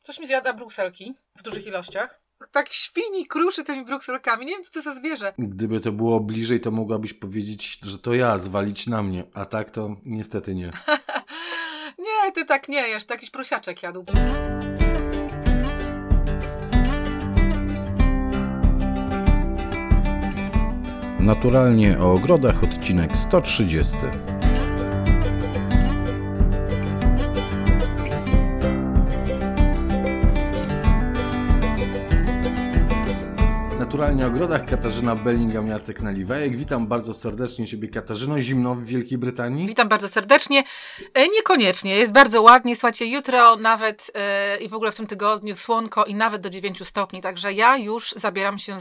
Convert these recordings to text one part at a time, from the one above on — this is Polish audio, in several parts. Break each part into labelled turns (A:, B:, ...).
A: Ktoś mi zjada brukselki w dużych ilościach.
B: Tak świni kruszy tymi brukselkami. Nie wiem, co to za zwierzę.
C: Gdyby to było bliżej, to mogłabyś powiedzieć, że to ja, zwalić na mnie. A tak to niestety nie.
B: Nie, ty tak nie jesz. To jakiś prosiaczek jadł.
D: Naturalnie o ogrodach, odcinek 130.
C: Naturalnie o ogrodach, Katarzyna Bellingham, Jacek Naliwajek. Witam bardzo serdecznie Ciebie, Katarzyno. Zimno w Wielkiej Brytanii?
B: Witam bardzo serdecznie. Niekoniecznie. Jest bardzo ładnie. Słuchajcie, jutro nawet i w ogóle w tym tygodniu słonko i nawet do 9 stopni. Także ja już zabieram się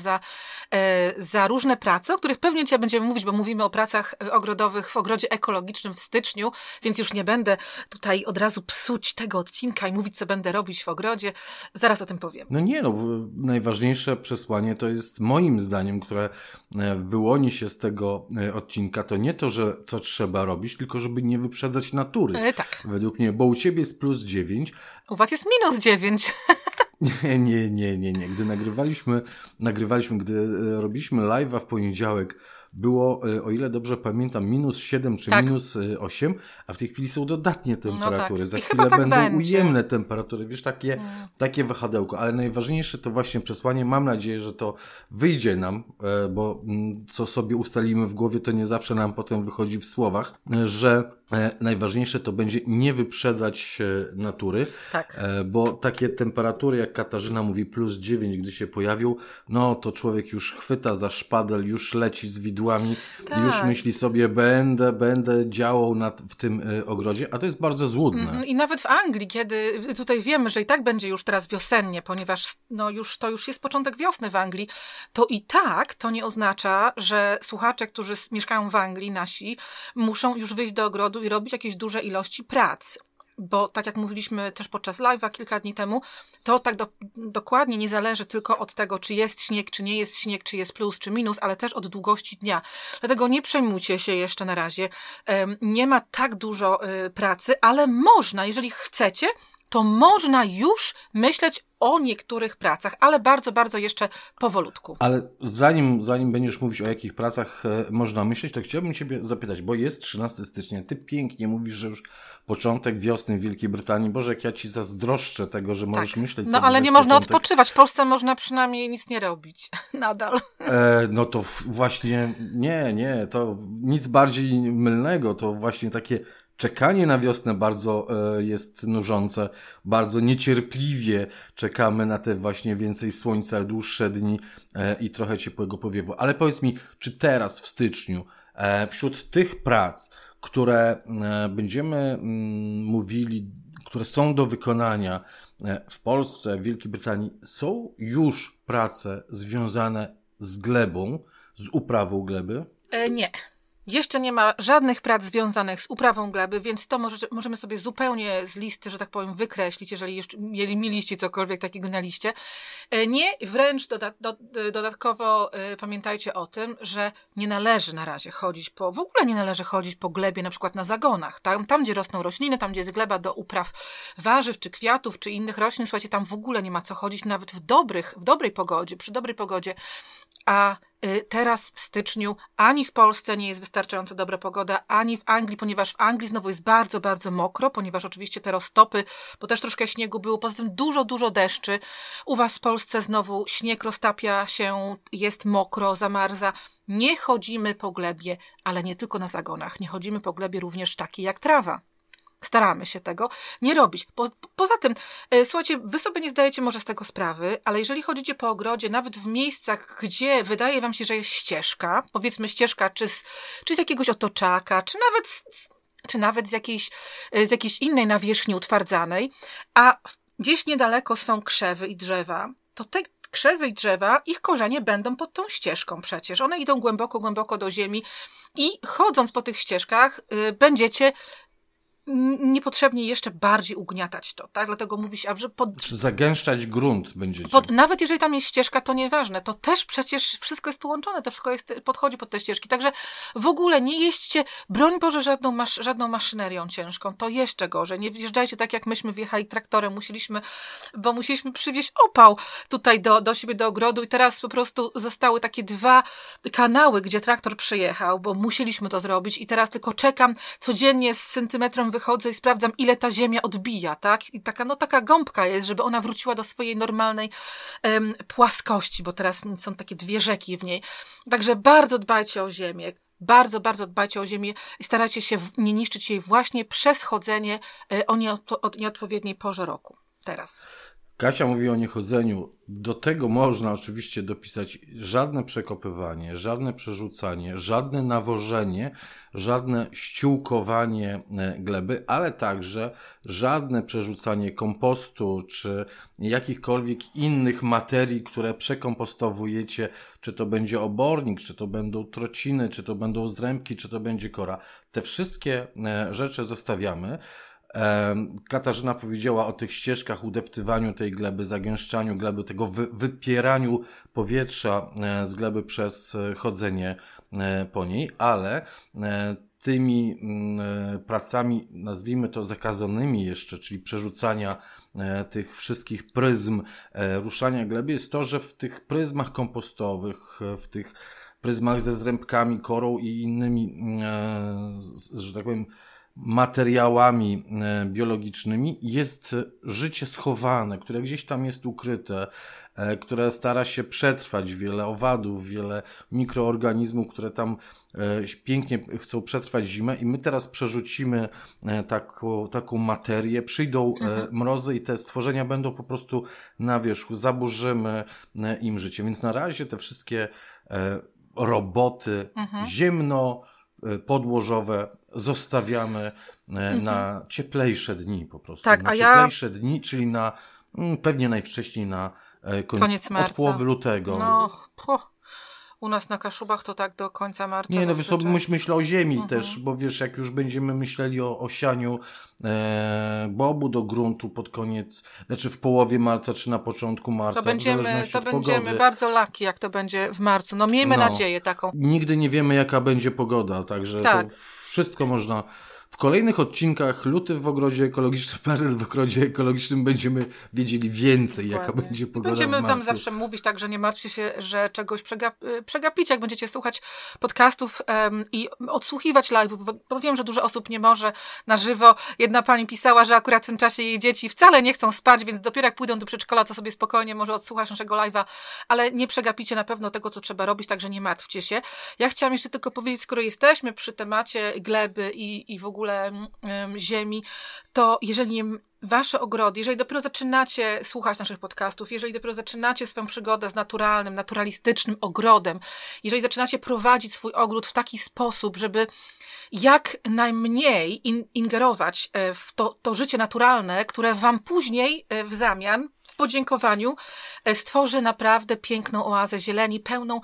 B: za różne prace, o których pewnie dzisiaj będziemy mówić, bo mówimy o pracach ogrodowych w ogrodzie ekologicznym w styczniu, więc już nie będę tutaj od razu psuć tego odcinka i mówić, co będę robić w ogrodzie. Zaraz o tym powiem.
C: No nie, najważniejsze przesłanie to jest moim zdaniem, które wyłoni się z tego odcinka, to nie to, że co trzeba robić, tylko żeby nie wyprzedzać natury.
B: Tak.
C: Według mnie, bo u Ciebie jest +9.
B: U Was jest -9.
C: Nie. Gdy nagrywaliśmy, gdy robiliśmy live'a w poniedziałek, było, o ile dobrze pamiętam, -7 czy -8, a w tej chwili są dodatnie temperatury.
B: No tak.
C: Za
B: I
C: chwilę
B: tak
C: będą
B: będzie.
C: ujemne temperatury. Wiesz, takie wahadełko. Ale najważniejsze to właśnie przesłanie. Mam nadzieję, że to wyjdzie nam, bo co sobie ustalimy w głowie, to nie zawsze nam potem wychodzi w słowach, że najważniejsze to będzie nie wyprzedzać natury,
B: Tak.
C: bo takie temperatury, jak Katarzyna mówi, +9, gdy się pojawią, no to człowiek już chwyta za szpadel, już leci z widłami,
B: Tak.
C: już myśli sobie, będę działał w tym ogrodzie, a to jest bardzo złudne.
B: I nawet w Anglii, kiedy tutaj wiemy, że i tak będzie już teraz wiosennie, ponieważ to już jest początek wiosny w Anglii, to i tak to nie oznacza, że słuchacze, którzy mieszkają w Anglii, nasi, muszą już wyjść do ogrodu i robić jakieś duże ilości prac. Bo tak jak mówiliśmy też podczas live'a kilka dni temu, to tak dokładnie nie zależy tylko od tego, czy jest śnieg, czy nie jest śnieg, czy jest plus, czy minus, ale też od długości dnia. Dlatego nie przejmujcie się jeszcze na razie. Nie ma tak dużo pracy, ale można, jeżeli chcecie, to można już myśleć o niektórych pracach, ale bardzo, bardzo jeszcze powolutku.
C: Ale zanim będziesz mówić, o jakich pracach można myśleć, to chciałbym Ciebie zapytać, bo jest 13 stycznia, Ty pięknie mówisz, że już początek wiosny w Wielkiej Brytanii. Boże, jak ja Ci zazdroszczę tego, że możesz myśleć sobie,
B: ale
C: że
B: nie można
C: początek...
B: odpoczywać. W Polsce można przynajmniej nic nie robić. Nadal.
C: No to właśnie nie, to nic bardziej mylnego, to właśnie takie czekanie na wiosnę bardzo jest nużące, bardzo niecierpliwie czekamy na te właśnie więcej słońca, dłuższe dni i trochę ciepłego powiewu. Ale powiedz mi, czy teraz w styczniu wśród tych prac, które będziemy mówili, które są do wykonania w Polsce, w Wielkiej Brytanii, są już prace związane z glebą, z uprawą gleby?
B: Nie. Jeszcze nie ma żadnych prac związanych z uprawą gleby, więc to możemy sobie zupełnie z listy, że tak powiem, wykreślić, jeżeli jeszcze mieliście cokolwiek takiego na liście. Nie, wręcz dodatkowo pamiętajcie o tym, że nie należy na razie w ogóle nie należy chodzić po glebie, na przykład na zagonach. Tam, gdzie rosną rośliny, tam, gdzie jest gleba do upraw warzyw, czy kwiatów, czy innych roślin, słuchajcie, tam w ogóle nie ma co chodzić, nawet w dobrej pogodzie, przy dobrej pogodzie, a teraz w styczniu ani w Polsce nie jest wystarczająco dobra pogoda, ani w Anglii, ponieważ w Anglii znowu jest bardzo, bardzo mokro, ponieważ oczywiście te roztopy, bo też troszkę śniegu było, poza tym dużo deszczy. U Was w Polsce znowu śnieg roztapia się, jest mokro, zamarza. Nie chodzimy po glebie, ale nie tylko na zagonach. Nie chodzimy po glebie również takiej jak trawa. Staramy się tego nie robić. Poza tym, słuchajcie, wy sobie nie zdajecie może z tego sprawy, ale jeżeli chodzicie po ogrodzie, nawet w miejscach, gdzie wydaje wam się, że jest ścieżka, powiedzmy ścieżka czy z jakiegoś otoczaka, czy nawet z jakiejś innej nawierzchni utwardzanej, a gdzieś niedaleko są krzewy i drzewa, to te krzewy i drzewa, ich korzenie będą pod tą ścieżką przecież. One idą głęboko do ziemi i chodząc po tych ścieżkach będziecie niepotrzebnie jeszcze bardziej ugniatać to, tak? Dlatego mówi się, że
C: Czy zagęszczać grunt będziecie?
B: Nawet jeżeli tam jest ścieżka, to nieważne. To też przecież wszystko jest połączone, to wszystko podchodzi pod te ścieżki. Także w ogóle nie jeźdźcie, broń Boże, żadną maszynerią ciężką. To jeszcze gorzej. Nie wjeżdżajcie tak, jak myśmy wjechali traktorem. Musieliśmy przywieźć opał tutaj do siebie, do ogrodu i teraz po prostu zostały takie 2 kanały, gdzie traktor przejechał, bo musieliśmy to zrobić i teraz tylko czekam, codziennie z centymetrem wychodzę i sprawdzam, ile ta ziemia odbija, tak? I taka gąbka jest, żeby ona wróciła do swojej normalnej płaskości, bo teraz są takie 2 rzeki w niej. Także bardzo dbajcie o ziemię. Bardzo, bardzo dbajcie o ziemię i starajcie się nie niszczyć jej właśnie przez chodzenie o nieodpowiedniej porze roku. Teraz.
C: Kasia mówi o niechodzeniu. Do tego można oczywiście dopisać żadne przekopywanie, żadne przerzucanie, żadne nawożenie, żadne ściółkowanie gleby, ale także żadne przerzucanie kompostu czy jakichkolwiek innych materii, które przekompostowujecie, czy to będzie obornik, czy to będą trociny, czy to będą zdrębki, czy to będzie kora. Te wszystkie rzeczy zostawiamy. Katarzyna powiedziała o tych ścieżkach, udeptywaniu tej gleby, zagęszczaniu gleby, tego wypieraniu powietrza z gleby przez chodzenie po niej, ale tymi pracami, nazwijmy to zakazanymi jeszcze, czyli przerzucania tych wszystkich pryzm, ruszania gleby, jest to, że w tych pryzmach kompostowych, w tych pryzmach ze zdrębkami, korą i innymi, że tak powiem, materiałami biologicznymi jest życie schowane, które gdzieś tam jest ukryte, które stara się przetrwać, wiele owadów, wiele mikroorganizmów, które tam pięknie chcą przetrwać zimę i my teraz przerzucimy taką materię, przyjdą mrozy i te stworzenia będą po prostu na wierzchu, zaburzymy im życie. Więc na razie te wszystkie roboty ziemno-podłożowe zostawiamy na cieplejsze dni po prostu.
B: Tak,
C: na cieplejsze dni, czyli pewnie najwcześniej na
B: koniec marca.
C: Od połowy lutego.
B: U nas na Kaszubach to tak do końca marca.
C: Nie, wiesz, myślę o ziemi też, bo wiesz, jak już będziemy myśleli o sianiu bobu do gruntu pod koniec, znaczy w połowie marca czy na początku marca.
B: To będziemy bardzo lucky, jak to będzie w marcu. No miejmy nadzieję taką.
C: Nigdy nie wiemy, jaka będzie pogoda, także to wszystko można. W kolejnych odcinkach Luty w ogrodzie ekologicznym, marzec w ogrodzie ekologicznym będziemy wiedzieli więcej, jaka będzie pogoda
B: będziemy
C: w marcu.
B: wam zawsze mówić, także nie martwcie się, że czegoś przegapicie, jak będziecie słuchać podcastów i odsłuchiwać live'ów, bo wiem, że dużo osób nie może na żywo. Jedna pani pisała, że akurat w tym czasie jej dzieci wcale nie chcą spać, więc dopiero jak pójdą do przedszkola, to sobie spokojnie może odsłuchać naszego live'a, ale nie przegapicie na pewno tego, co trzeba robić, także nie martwcie się. Ja chciałam jeszcze tylko powiedzieć, skoro jesteśmy przy temacie gleby i w ogóle ziemi, to jeżeli wasze ogrody, jeżeli dopiero zaczynacie słuchać naszych podcastów, jeżeli dopiero zaczynacie swoją przygodę z naturalistycznym ogrodem, jeżeli zaczynacie prowadzić swój ogród w taki sposób, żeby jak najmniej ingerować w to życie naturalne, które wam później w zamian, w podziękowaniu stworzy naprawdę piękną oazę zieleni,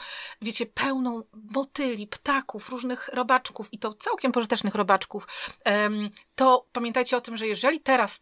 B: pełną motyli, ptaków, różnych robaczków i to całkiem pożytecznych robaczków, to pamiętajcie o tym, że jeżeli teraz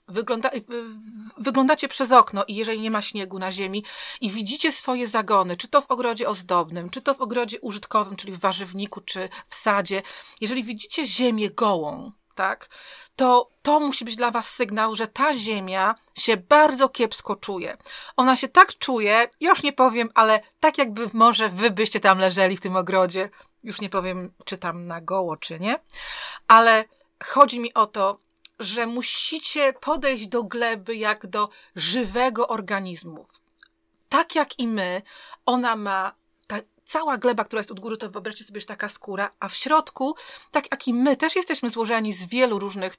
B: wyglądacie przez okno i jeżeli nie ma śniegu na ziemi i widzicie swoje zagony, czy to w ogrodzie ozdobnym, czy to w ogrodzie użytkowym, czyli w warzywniku, czy w sadzie, jeżeli widzicie ziemię gołą, tak, to musi być dla was sygnał, że ta ziemia się bardzo kiepsko czuje. Ona się tak czuje, już nie powiem, ale tak jakby może wy byście tam leżeli w tym ogrodzie. Już nie powiem, czy tam na goło, czy nie. Ale chodzi mi o to, że musicie podejść do gleby jak do żywego organizmu. Tak jak i my, ona ma cała gleba, która jest od góry, to wyobraźcie sobie, że taka skóra, a w środku, tak jak i my, też jesteśmy złożeni z wielu różnych,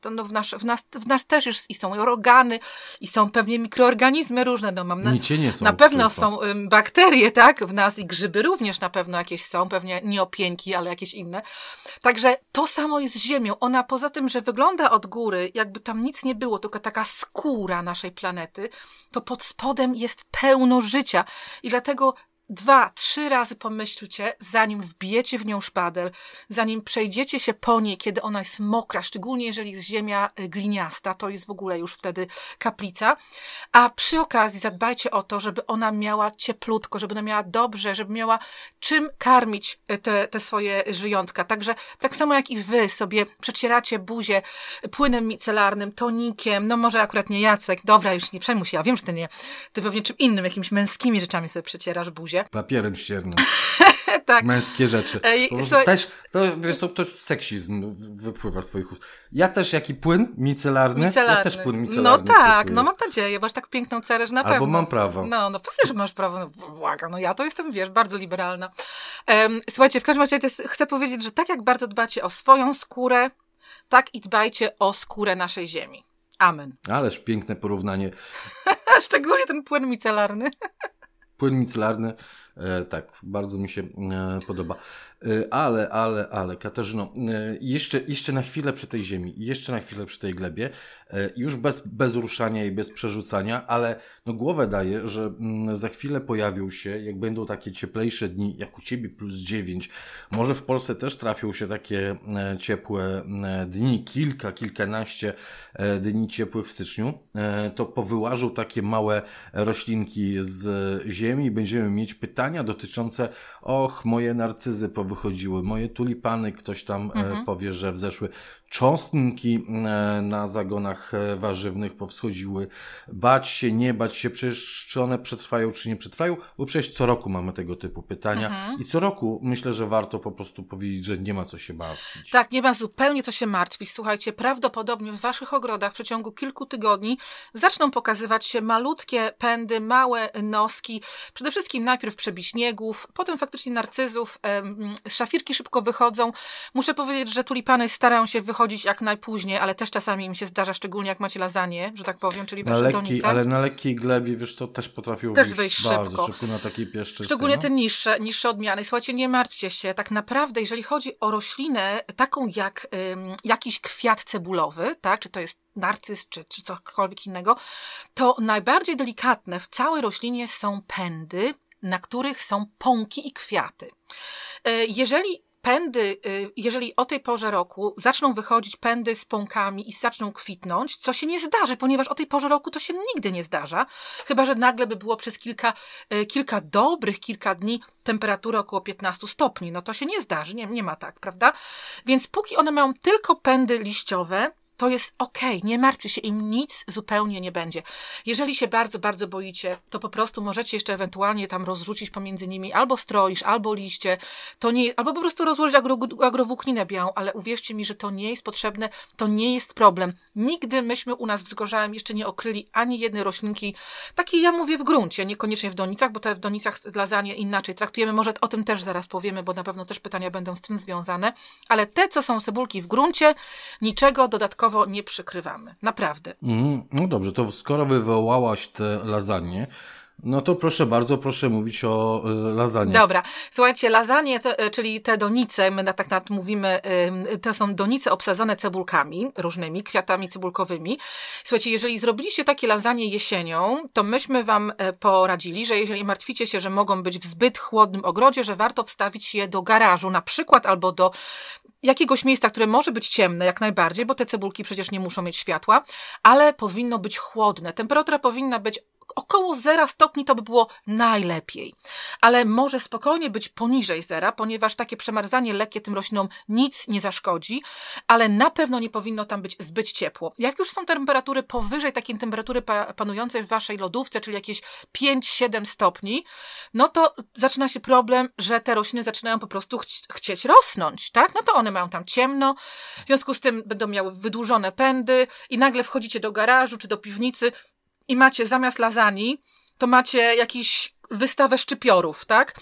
B: w nas też już i są organy, i są pewnie mikroorganizmy różne, na pewno są bakterie, tak, w nas i grzyby również na pewno jakieś są, pewnie nie opieńki, ale jakieś inne. Także to samo jest z Ziemią. Ona poza tym, że wygląda od góry, jakby tam nic nie było, tylko taka skóra naszej planety, to pod spodem jest pełno życia i dlatego 2-3 razy pomyślcie, zanim wbijecie w nią szpadel, zanim przejdziecie się po niej, kiedy ona jest mokra, szczególnie jeżeli jest ziemia gliniasta, to jest w ogóle już wtedy kaplica, a przy okazji zadbajcie o to, żeby ona miała cieplutko, żeby ona miała dobrze, żeby miała czym karmić te swoje żyjątka. Także tak samo jak i wy sobie przecieracie buzię płynem micelarnym, tonikiem, no może akurat nie Jacek, dobra, już nie przejmuj się, ja wiem, że ty nie, ty pewnie czym innym, jakimiś męskimi rzeczami sobie przecierasz buzię.
C: Papierem ściernym.
B: Tak.
C: Męskie rzeczy. Też, to, wiesz, to seksizm wypływa z twoich ust. Ja też, jaki płyn micelarny? Ja też płyn micelarny.
B: No tak,
C: stosuję.
B: no mam nadzieję, masz tak piękną cerę, że na
C: Albo
B: pewno.
C: mam prawo.
B: No pewnie, że masz prawo. No, błagam, no ja to jestem, wiesz, bardzo liberalna. Słuchajcie, w każdym razie chcę powiedzieć, że tak jak bardzo dbacie o swoją skórę, tak i dbajcie o skórę naszej ziemi. Amen.
C: Ależ piękne porównanie.
B: Szczególnie ten płyn micelarny.
C: Płyn micelarny, tak, bardzo mi się podoba. Ale, Katarzyno, jeszcze na chwilę przy tej ziemi, jeszcze na chwilę przy tej glebie, już bez ruszania i bez przerzucania, ale no głowę daję, że za chwilę pojawią się, jak będą takie cieplejsze dni, jak u Ciebie +9, może w Polsce też trafią się takie ciepłe dni, kilkanaście dni ciepłych w styczniu, to powyłażą takie małe roślinki z ziemi i będziemy mieć pytania dotyczące, moje narcyzy powychodziły, moje tulipany, ktoś tam powie, że wzeszły, czosnki na zagonach warzywnych powschodziły, bać się, nie bać się, przecież czy one przetrwają, czy nie przetrwają, bo przecież co roku mamy tego typu pytania i co roku myślę, że warto po prostu powiedzieć, że nie ma co się martwić.
B: Tak, nie ma zupełnie co się martwić. Słuchajcie, prawdopodobnie w waszych ogrodach w przeciągu kilku tygodni zaczną pokazywać się malutkie pędy, małe noski, przede wszystkim najpierw przebiśniegów, potem faktycznie narcyzów, szafirki szybko wychodzą. Muszę powiedzieć, że tulipany starają się wychodzić jak najpóźniej, ale też czasami im się zdarza, szczególnie jak macie lasagne, że tak powiem, czyli wasze donice.
C: Ale na lekkiej glebie, wiesz co, też potrafią wyjść bardzo szybko na takiej pieszczystej.
B: Szczególnie te niższe odmiany. Słuchajcie, nie martwcie się, tak naprawdę, jeżeli chodzi o roślinę taką jak jakiś kwiat cebulowy, tak, czy to jest narcyz, czy cokolwiek innego, to najbardziej delikatne w całej roślinie są pędy, na których są pąki i kwiaty. Jeżeli o tej porze roku zaczną wychodzić pędy z pąkami i zaczną kwitnąć, co się nie zdarzy, ponieważ o tej porze roku to się nigdy nie zdarza, chyba że nagle by było przez kilka dni temperatura około 15 stopni, no to się nie zdarzy, nie ma tak, prawda? Więc póki one mają tylko pędy liściowe, to jest okej, nie martwcie się, im nic zupełnie nie będzie. Jeżeli się bardzo, bardzo boicie, to po prostu możecie jeszcze ewentualnie tam rozrzucić pomiędzy nimi albo stroisz, albo liście, albo po prostu rozłożyć agrowłókninę białą, ale uwierzcie mi, że to nie jest potrzebne, to nie jest problem. Nigdy myśmy u nas w Zgorzałym jeszcze nie okryli ani jednej roślinki, takiej ja mówię w gruncie, niekoniecznie w donicach, bo te w donicach lasagne inaczej traktujemy, może o tym też zaraz powiemy, bo na pewno też pytania będą z tym związane, ale te, co są cebulki w gruncie, niczego dodatkowo nie przykrywamy. Naprawdę.
C: No dobrze, to skoro wywołałaś te lasagne, no to proszę bardzo, proszę mówić o lasagne.
B: Dobra, słuchajcie, lasagne, czyli te donice, my tak mówimy, to są donice obsadzone cebulkami różnymi, kwiatami cebulkowymi. Słuchajcie, jeżeli zrobiliście takie lasagne jesienią, to myśmy wam poradzili, że jeżeli martwicie się, że mogą być w zbyt chłodnym ogrodzie, że warto wstawić je do garażu na przykład, albo do jakiegoś miejsca, które może być ciemne jak najbardziej, bo te cebulki przecież nie muszą mieć światła, ale powinno być chłodne. Temperatura powinna być około 0 stopni, to by było najlepiej. Ale może spokojnie być poniżej 0, ponieważ takie przemarzanie lekkie tym roślinom nic nie zaszkodzi, ale na pewno nie powinno tam być zbyt ciepło. Jak już są temperatury powyżej takiej temperatury panującej w waszej lodówce, czyli jakieś 5-7 stopni, no to zaczyna się problem, że te rośliny zaczynają po prostu chcieć rosnąć, tak? No to one mają tam ciemno, w związku z tym będą miały wydłużone pędy i nagle wchodzicie do garażu czy do piwnicy i macie zamiast lasagne, to macie jakiś wystawę szczypiorów, tak?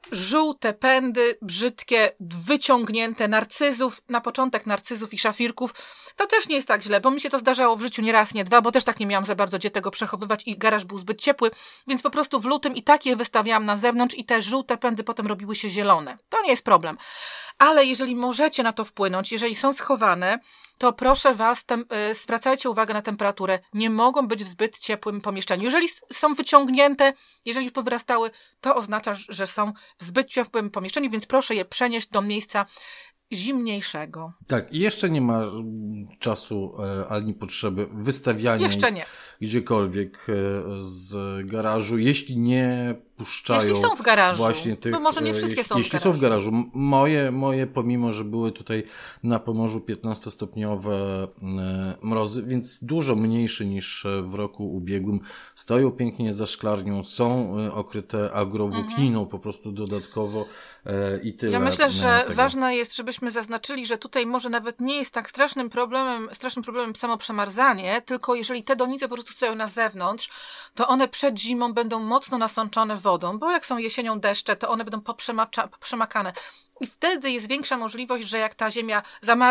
B: Żółte pędy, brzydkie, wyciągnięte narcyzów, na początek narcyzów i szafirków. To też nie jest tak źle, bo mi się to zdarzało w życiu nie raz, nie dwa, bo też tak nie miałam za bardzo gdzie tego przechowywać i garaż był zbyt ciepły, więc po prostu w lutym i tak je wystawiałam na zewnątrz i te żółte pędy potem robiły się zielone. To nie jest problem. Ale jeżeli możecie na to wpłynąć, jeżeli są schowane, to proszę was, zwracajcie uwagę na temperaturę. Nie mogą być w zbyt ciepłym pomieszczeniu. Jeżeli są wyciągnięte, jeżeli powyrastają nastały, to oznacza, że są w zbyt ciepłym pomieszczeniu, więc proszę je przenieść do miejsca zimniejszego.
C: Tak, i jeszcze nie ma czasu ani potrzeby wystawiania
B: Jeszcze nie.
C: gdziekolwiek z garażu, jeśli nie puszczają...
B: Jeśli są w garażu,
C: właśnie tych,
B: bo może nie wszystkie są w
C: jeśli
B: garażu.
C: są w garażu. Moje, pomimo, że były tutaj na Pomorzu 15-stopniowe mrozy, więc dużo mniejsze niż w roku ubiegłym, stoją pięknie za szklarnią, są okryte agrowłókniną po prostu dodatkowo i tyle.
B: Ja myślę, że
C: tego.
B: ważne jest, żebyśmy zaznaczyli, że tutaj może nawet nie jest tak strasznym problemem samo przemarzanie, tylko jeżeli te donice po prostu stoją na zewnątrz, to one przed zimą będą mocno nasączone wodą, bo jak są jesienią deszcze, to one będą poprzemakane. I wtedy jest większa możliwość, że jak ta ziemia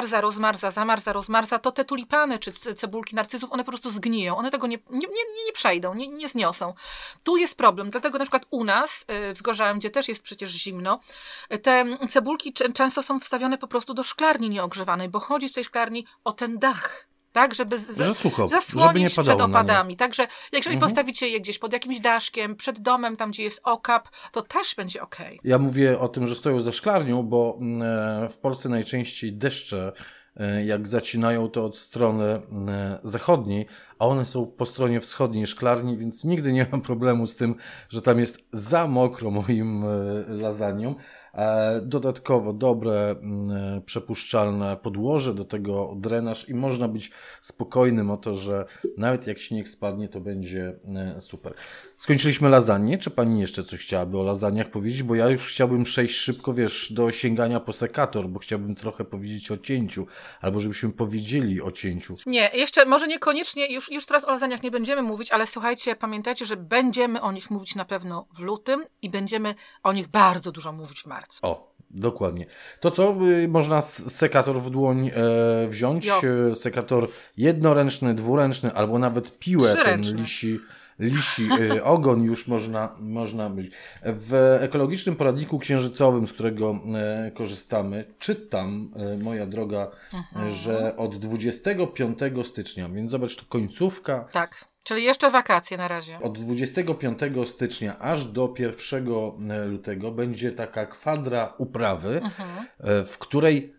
B: zamarza, to te tulipany czy cebulki narcyzów, one po prostu zgniją. One tego nie przejdą, nie zniosą. Tu jest problem, dlatego na przykład u nas w Zgorzałem, gdzie też jest przecież zimno, te cebulki często są wstawione po prostu do szklarni nieogrzewanej, bo chodzi w tej szklarni o ten dach. Tak, żeby zasłonić przed opadami. Także jeżeli postawicie je gdzieś pod jakimś daszkiem, przed domem, tam gdzie jest okap, to też będzie okej.
C: Ja mówię o tym, że stoją za szklarnią, bo w Polsce najczęściej deszcze, jak zacinają to od strony zachodniej, a one są po stronie wschodniej szklarni, więc nigdy nie mam problemu z tym, że tam jest za mokro moim lasagnom. Dodatkowo dobre, przepuszczalne podłoże, do tego drenaż i można być spokojnym o to, że nawet jak śnieg spadnie, to będzie super. Skończyliśmy lasagne. Czy pani jeszcze coś chciałaby o lasagnach powiedzieć? Bo ja już chciałbym przejść szybko, do sięgania po sekator, bo chciałbym trochę powiedzieć o cięciu, albo żebyśmy powiedzieli o cięciu.
B: Nie, jeszcze może niekoniecznie, już teraz o lasagnach nie będziemy mówić, ale słuchajcie, pamiętajcie, że będziemy o nich mówić na pewno w lutym i będziemy o nich bardzo dużo mówić w marcu.
C: O, dokładnie. To co? Można sekator w dłoń wziąć? Sekator jednoręczny, dwuręczny, albo nawet piłę, ten lisi ogon już można być. W ekologicznym poradniku księżycowym, z którego korzystamy, czytam, moja droga, że od 25 stycznia, więc zobacz, to końcówka.
B: Tak, czyli jeszcze wakacje na razie.
C: Od 25 stycznia aż do 1 lutego będzie taka kwadra uprawy, w której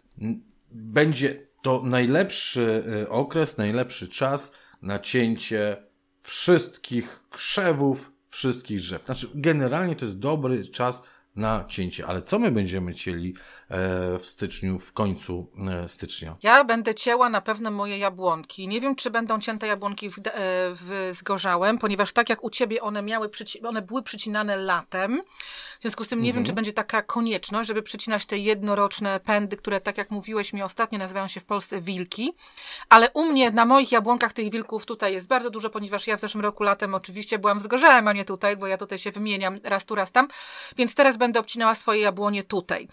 C: będzie to najlepszy okres, najlepszy czas na cięcie wszystkich krzewów, wszystkich drzew. Znaczy, generalnie to jest dobry czas na cięcie, ale co my będziemy cięli w styczniu, w końcu stycznia?
B: Ja będę cięła na pewno moje jabłonki. Nie wiem, czy będą cięte jabłonki w Zgorzałem, ponieważ tak jak u ciebie one były przycinane latem. W związku z tym nie wiem, czy będzie taka konieczność, żeby przycinać te jednoroczne pędy, które, tak jak mówiłeś mi ostatnio, nazywają się w Polsce wilki. Ale u mnie, na moich jabłonkach tych wilków tutaj jest bardzo dużo, ponieważ ja w zeszłym roku latem oczywiście byłam w Zgorzałem, a nie tutaj, bo ja tutaj się wymieniam raz tu, raz tam. Więc teraz będę obcinała swoje jabłonie tutaj.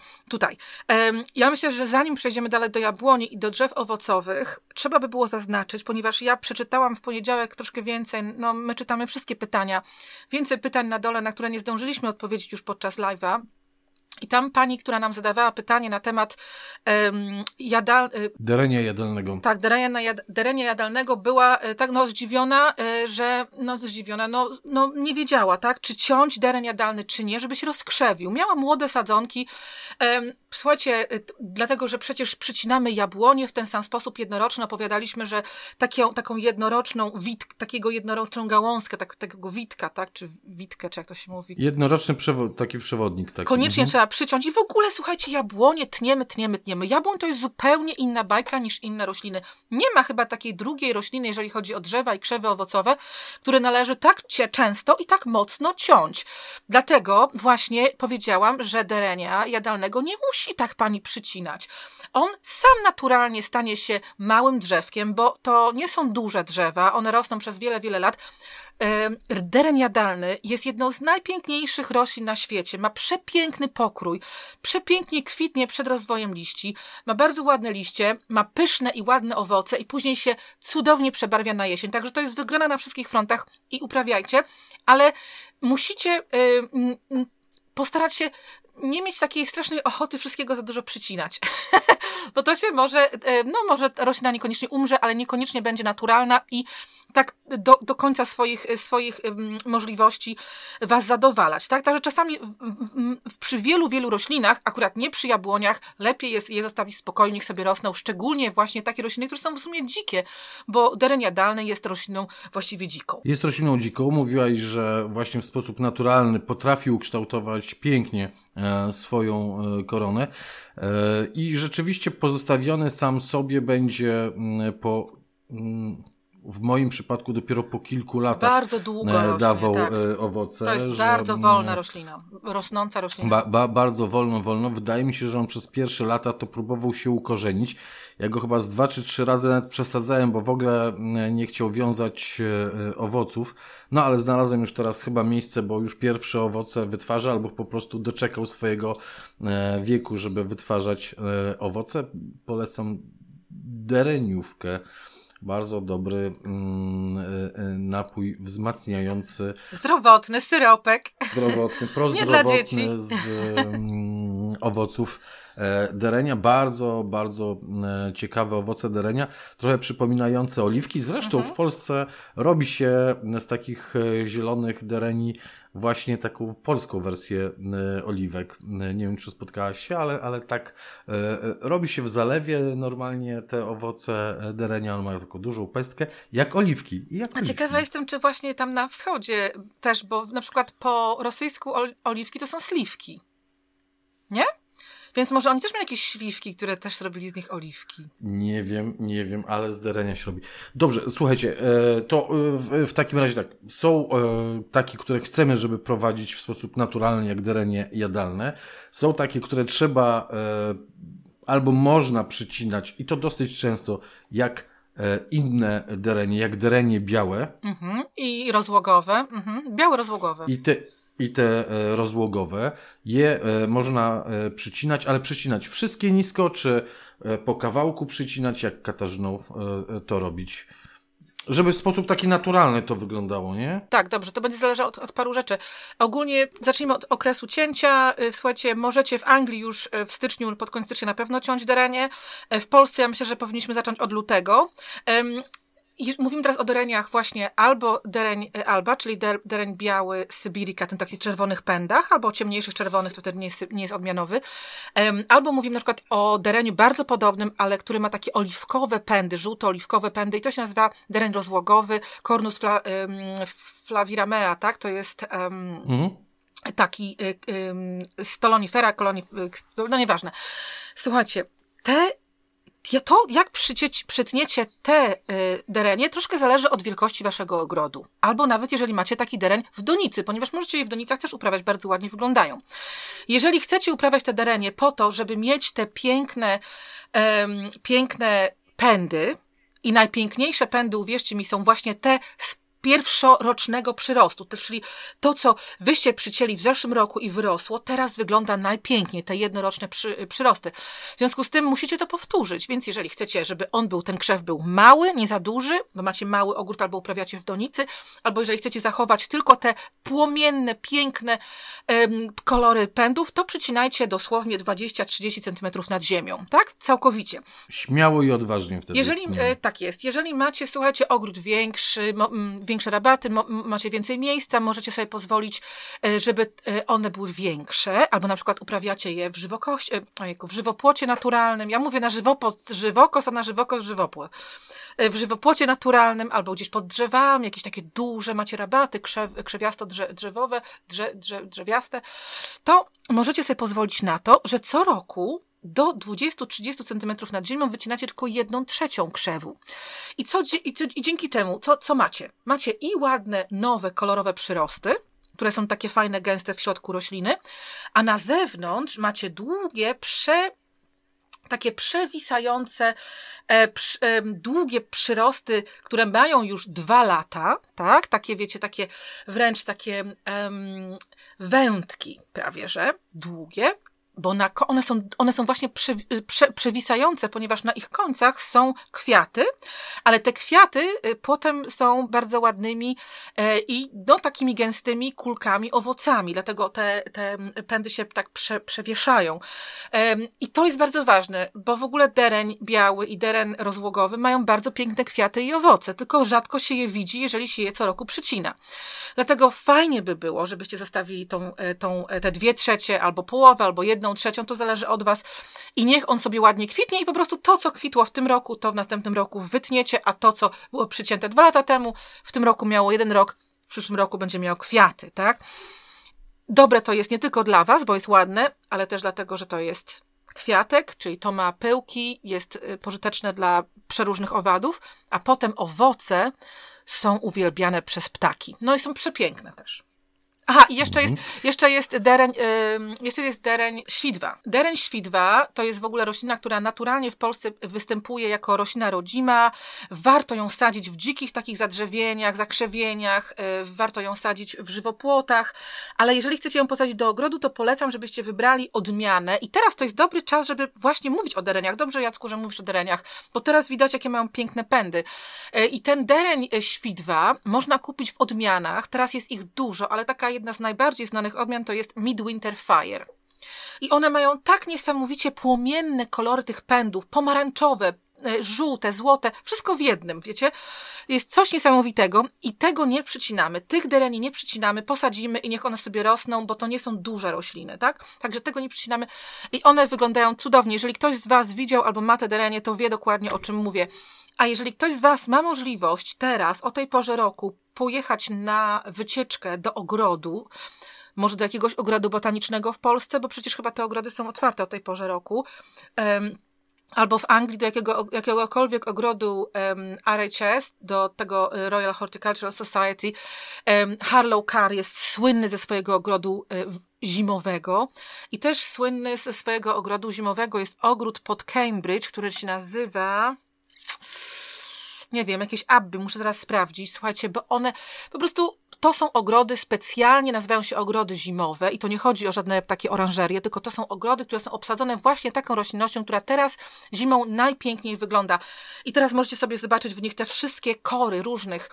B: Ja myślę, że zanim przejdziemy dalej do jabłoni i do drzew owocowych, trzeba by było zaznaczyć, ponieważ ja przeczytałam w poniedziałek troszkę więcej, my czytamy wszystkie pytania, więcej pytań na dole, na które nie zdążyliśmy odpowiedzieć już podczas live'a. I tam pani, która nam zadawała pytanie na temat
C: derenia jadalnego.
B: Tak, derenia jadalnego była tak zdziwiona, że nie wiedziała, tak, czy ciąć dereń jadalny, czy nie, żeby się rozkrzewił. Miała młode sadzonki. Słuchajcie, dlatego, że przecież przycinamy jabłonie w ten sam sposób jednoroczny. Opowiadaliśmy, że taką jednoroczną takiego jednoroczną gałązkę, takiego witka, tak, czy witkę, czy jak to się mówi.
C: Jednoroczny taki przewodnik. Taki.
B: Koniecznie trzeba przyciąć i w ogóle, słuchajcie, jabłonie tniemy. Jabłoń to jest zupełnie inna bajka niż inne rośliny. Nie ma chyba takiej drugiej rośliny, jeżeli chodzi o drzewa i krzewy owocowe, które należy tak często i tak mocno ciąć. Dlatego właśnie powiedziałam, że derenia jadalnego nie musi tak pani przycinać. On sam naturalnie stanie się małym drzewkiem, bo to nie są duże drzewa, one rosną przez wiele, wiele lat. Dereń jadalny jest jedną z najpiękniejszych roślin na świecie. Ma przepiękny pokrój, przepięknie kwitnie przed rozwojem liści, ma bardzo ładne liście, ma pyszne i ładne owoce i później się cudownie przebarwia na jesień. Także to jest wygrana na wszystkich frontach i uprawiajcie, ale musicie postarać się nie mieć takiej strasznej ochoty wszystkiego za dużo przycinać. Bo to się może roślina niekoniecznie umrze, ale niekoniecznie będzie naturalna i tak do końca swoich możliwości was zadowalać. Tak? Także czasami przy wielu roślinach, akurat nie przy jabłoniach, lepiej jest je zostawić spokojnie, niech sobie rosną, szczególnie właśnie takie rośliny, które są w sumie dzikie, bo dereń jadalny jest rośliną właściwie dziką.
C: Jest rośliną dziką. Mówiłaś, że właśnie w sposób naturalny potrafi ukształtować pięknie swoją koronę i rzeczywiście pozostawiony sam sobie będzie w moim przypadku dopiero po kilku latach
B: bardzo długo rośnie,
C: dawał
B: tak.
C: owoce.
B: To jest bardzo wolna roślina, rosnąca roślina.
C: Bardzo wolno. Wydaje mi się, że on przez pierwsze lata to próbował się ukorzenić. Ja go chyba z 2 czy 3 razy nawet przesadzałem, bo w ogóle nie chciał wiązać owoców. No ale znalazłem już teraz chyba miejsce, bo już pierwsze owoce wytwarza, albo po prostu doczekał swojego wieku, żeby wytwarzać owoce. Polecam dereniówkę. Bardzo dobry napój wzmacniający.
B: Zdrowotny, syropek.
C: Zdrowotny,
B: nie dla dzieci.
C: z owoców derenia. Bardzo ciekawe owoce derenia. Trochę przypominające oliwki. Zresztą w Polsce robi się z takich zielonych dereni właśnie taką polską wersję oliwek. Nie wiem, czy spotkałaś się, ale tak robi się w zalewie normalnie te owoce derenia. One mają taką dużą pestkę, jak oliwki.
B: A ciekawa jestem, czy właśnie tam na wschodzie też, bo na przykład po rosyjsku oliwki to są sliwki. Nie? Więc może oni też mieli jakieś śliwki, które też zrobili z nich oliwki.
C: Nie wiem, ale z derenia się robi. Dobrze, słuchajcie, to w takim razie tak, są takie, które chcemy, żeby prowadzić w sposób naturalny, jak derenie jadalne. Są takie, które trzeba albo można przycinać i to dosyć często, jak inne derenie, jak derenie białe.
B: I rozłogowe. Białe rozłogowe.
C: I te rozłogowe, je można przycinać, ale przycinać wszystkie nisko, czy po kawałku przycinać, jak Katarzyną to robić? Żeby w sposób taki naturalny to wyglądało, nie?
B: Tak, dobrze, to będzie zależało od paru rzeczy. Ogólnie zacznijmy od okresu cięcia. Słuchajcie, możecie w Anglii już w styczniu, pod koniec stycznia na pewno ciąć derenie. W Polsce ja myślę, że powinniśmy zacząć od lutego. Mówimy teraz o dereniach właśnie albo dereń alba, czyli dereń biały Sybirika, ten taki w czerwonych pędach, albo o ciemniejszych czerwonych, to wtedy nie jest odmianowy. Albo mówimy na przykład o dereniu bardzo podobnym, ale który ma takie oliwkowe pędy, żółto-oliwkowe pędy i to się nazywa dereń rozłogowy, Cornus flaviramea, tak? To jest taki stolonifera, no nieważne. Słuchajcie, to, jak przytniecie te derenie, troszkę zależy od wielkości waszego ogrodu. Albo nawet jeżeli macie taki dereń w donicy, ponieważ możecie je w donicach też uprawiać, bardzo ładnie wyglądają. Jeżeli chcecie uprawiać te derenie po to, żeby mieć te piękne pędy i najpiękniejsze pędy, uwierzcie mi, są właśnie te pierwszorocznego przyrostu, czyli to, co wyście przycięli w zeszłym roku i wyrosło, teraz wygląda najpiękniej, te jednoroczne przyrosty. W związku z tym musicie to powtórzyć, więc jeżeli chcecie, żeby ten krzew był mały, nie za duży, bo macie mały ogród albo uprawiacie w donicy, albo jeżeli chcecie zachować tylko te płomienne, piękne kolory pędów, to przycinajcie dosłownie 20-30 cm nad ziemią, tak? Całkowicie.
C: Śmiało i odważnie wtedy.
B: Tak jest. Jeżeli macie, słuchajcie, ogród większy, większe rabaty, macie więcej miejsca, możecie sobie pozwolić, żeby one były większe, albo na przykład uprawiacie je w żywopłocie naturalnym. Ja mówię na żywokos, a na żywokos żywopłot. W żywopłocie naturalnym, albo gdzieś pod drzewami, jakieś takie duże macie rabaty, krzewiasto-drzewowe, drzewiaste, to możecie sobie pozwolić na to, że co roku do 20-30 cm nad ziemią wycinacie tylko 1/3 krzewu. I dzięki temu, co macie? Macie i ładne, nowe, kolorowe przyrosty, które są takie fajne, gęste w środku rośliny, a na zewnątrz macie długie, takie przewisające, długie przyrosty, które mają już 2 lata, tak? Takie, wiecie, wręcz takie wędki prawie, że długie, bo one są właśnie przewisające, ponieważ na ich końcach są kwiaty, ale te kwiaty potem są bardzo ładnymi i takimi gęstymi kulkami, owocami, dlatego te pędy się tak przewieszają. I to jest bardzo ważne, bo w ogóle dereń biały i dereń rozłogowy mają bardzo piękne kwiaty i owoce, tylko rzadko się je widzi, jeżeli się je co roku przycina. Dlatego fajnie by było, żebyście zostawili te 2/3 albo połowę, albo 1/3, to zależy od was i niech on sobie ładnie kwitnie i po prostu to, co kwitło w tym roku, to w następnym roku wytniecie, a to, co było przycięte 2 lata temu, w tym roku miało 1 rok, w przyszłym roku będzie miało kwiaty, tak? Dobre to jest nie tylko dla was, bo jest ładne, ale też dlatego, że to jest kwiatek, czyli to ma pyłki, jest pożyteczne dla przeróżnych owadów, a potem owoce są uwielbiane przez ptaki. No i są przepiękne też. Aha, i jeszcze jest dereń świdwa. Dereń świdwa to jest w ogóle roślina, która naturalnie w Polsce występuje jako roślina rodzima. Warto ją sadzić w dzikich takich zadrzewieniach, zakrzewieniach, warto ją sadzić w żywopłotach, ale jeżeli chcecie ją posadzić do ogrodu, to polecam, żebyście wybrali odmianę i teraz to jest dobry czas, żeby właśnie mówić o dereniach. Dobrze, Jacku, że mówisz o dereniach, bo teraz widać, jakie mają piękne pędy. I ten dereń świdwa można kupić w odmianach, teraz jest ich dużo, ale taka jedna z najbardziej znanych odmian to jest Midwinter Fire. I one mają tak niesamowicie płomienne kolory tych pędów, pomarańczowe, żółte, złote, wszystko w jednym, wiecie? Jest coś niesamowitego i tego nie przycinamy. Tych dereni nie przycinamy, posadzimy i niech one sobie rosną, bo to nie są duże rośliny, tak? Także tego nie przycinamy i one wyglądają cudownie. Jeżeli ktoś z was widział albo ma te derenie, to wie dokładnie, o czym mówię. A jeżeli ktoś z was ma możliwość teraz, o tej porze roku, pojechać na wycieczkę do ogrodu, może do jakiegoś ogrodu botanicznego w Polsce, bo przecież chyba te ogrody są otwarte o tej porze roku, albo w Anglii do jakiegokolwiek ogrodu RHS, do tego Royal Horticultural Society. Harlow Carr jest słynny ze swojego ogrodu zimowego i też słynny ze swojego ogrodu zimowego jest ogród pod Cambridge, który się nazywa... Nie wiem, jakieś Abbey, muszę zaraz sprawdzić, słuchajcie, bo one po prostu, to są ogrody specjalnie, nazywają się ogrody zimowe i to nie chodzi o żadne takie oranżerie, tylko to są ogrody, które są obsadzone właśnie taką roślinnością, która teraz zimą najpiękniej wygląda. I teraz możecie sobie zobaczyć w nich te wszystkie kory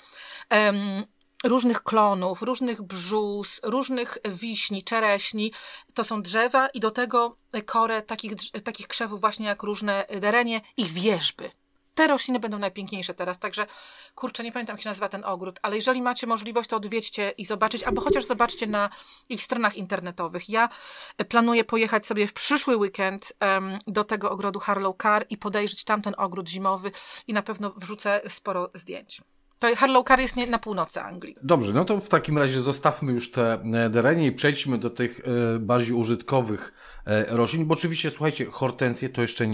B: różnych klonów, różnych brzus, różnych wiśni, czereśni. To są drzewa i do tego korę takich krzewów właśnie jak różne derenie i wierzby. Te rośliny będą najpiękniejsze teraz, także kurczę, nie pamiętam jak się nazywa ten ogród, ale jeżeli macie możliwość, to odwiedźcie i zobaczyć, albo chociaż zobaczcie na ich stronach internetowych. Ja planuję pojechać sobie w przyszły weekend do tego ogrodu Harlow Carr i podejrzeć tamten ogród zimowy i na pewno wrzucę sporo zdjęć. To Harlow Carr jest na północy Anglii.
C: Dobrze, no to w takim razie zostawmy już te derenie i przejdźmy do tych bardziej użytkowych roślin, bo oczywiście, słuchajcie, hortensje to jeszcze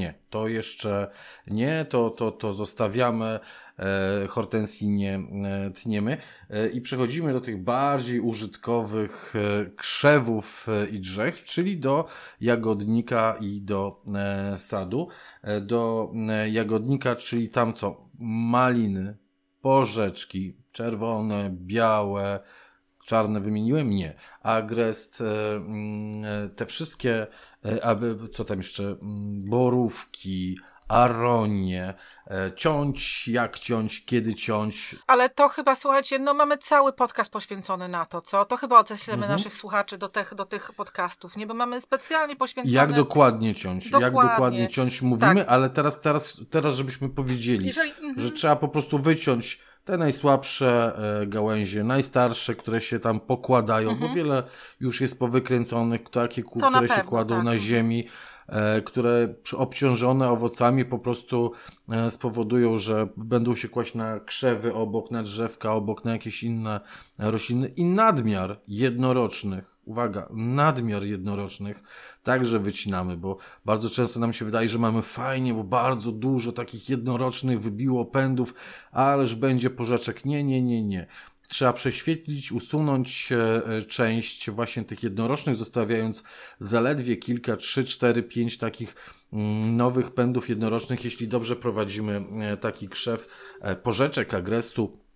C: nie, to zostawiamy, hortensji nie tniemy i przechodzimy do tych bardziej użytkowych krzewów i drzew, czyli do jagodnika i do sadu. Do jagodnika, czyli tam co? Maliny, porzeczki, czerwone, białe, czarne wymieniłem? Nie. Agrest, te wszystkie, co tam jeszcze, borówki, aronie, ciąć, jak ciąć, kiedy ciąć.
B: Ale to chyba, słuchajcie, no mamy cały podcast poświęcony na to, co? To chyba odeślemy naszych słuchaczy do tych podcastów, nie? Bo mamy specjalnie poświęcone...
C: Jak dokładnie ciąć, mówimy, tak. Ale teraz żebyśmy powiedzieli, że trzeba po prostu wyciąć te najsłabsze gałęzie, najstarsze, które się tam pokładają, bo wiele już jest powykręconych, które się kładą na ziemi, które obciążone owocami po prostu spowodują, że będą się kłaść na krzewy obok, na drzewka obok, na jakieś inne rośliny i nadmiar jednorocznych, uwaga, nadmiar jednorocznych także wycinamy, bo bardzo często nam się wydaje, że mamy fajnie, bo bardzo dużo takich jednorocznych wybiło pędów, ależ będzie porzeczek. Nie. Trzeba prześwietlić, usunąć część właśnie tych jednorocznych, zostawiając zaledwie kilka, 3, 4, 5 takich nowych pędów jednorocznych, jeśli dobrze prowadzimy taki krzew porzeczek, agrestu,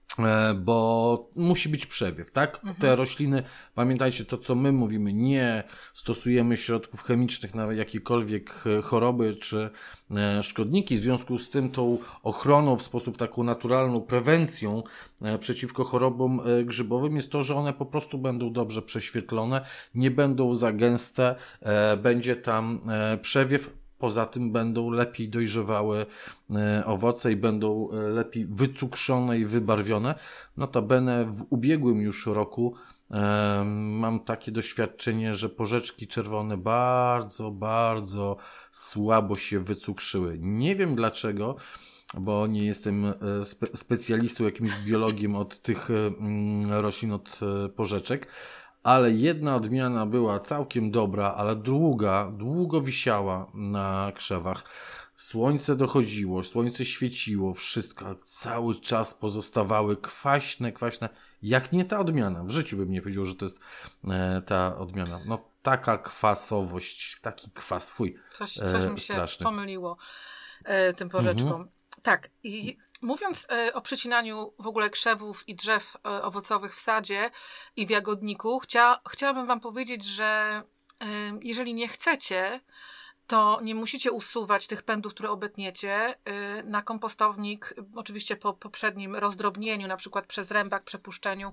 C: bo musi być przewiew, tak? Te rośliny, pamiętajcie to, co my mówimy, nie stosujemy środków chemicznych na jakiekolwiek choroby czy szkodniki. W związku z tym tą ochroną w sposób taką naturalną prewencją przeciwko chorobom grzybowym jest to, że one po prostu będą dobrze prześwietlone, nie będą za gęste, będzie tam przewiew. Poza tym będą lepiej dojrzewały owoce i będą lepiej wycukrzone i wybarwione. Notabene w ubiegłym już roku mam takie doświadczenie, że porzeczki czerwone bardzo, bardzo słabo się wycukrzyły. Nie wiem dlaczego, bo nie jestem specjalistą, jakimś biologiem od tych roślin, od porzeczek, ale jedna odmiana była całkiem dobra, ale druga długo wisiała na krzewach. Słońce dochodziło, słońce świeciło, wszystko, ale cały czas pozostawały kwaśne. Jak nie ta odmiana. W życiu bym nie powiedział, że to jest ta odmiana. No taka kwasowość, taki kwas,
B: Coś mi się
C: straszny.
B: pomyliło tym porzeczkom. Tak, i mówiąc o przycinaniu w ogóle krzewów i drzew owocowych w sadzie i w jagodniku, chciałabym wam powiedzieć, że jeżeli nie chcecie, to nie musicie usuwać tych pędów, które obetniecie na kompostownik, oczywiście po poprzednim rozdrobnieniu, na przykład przez rębak, przepuszczeniu.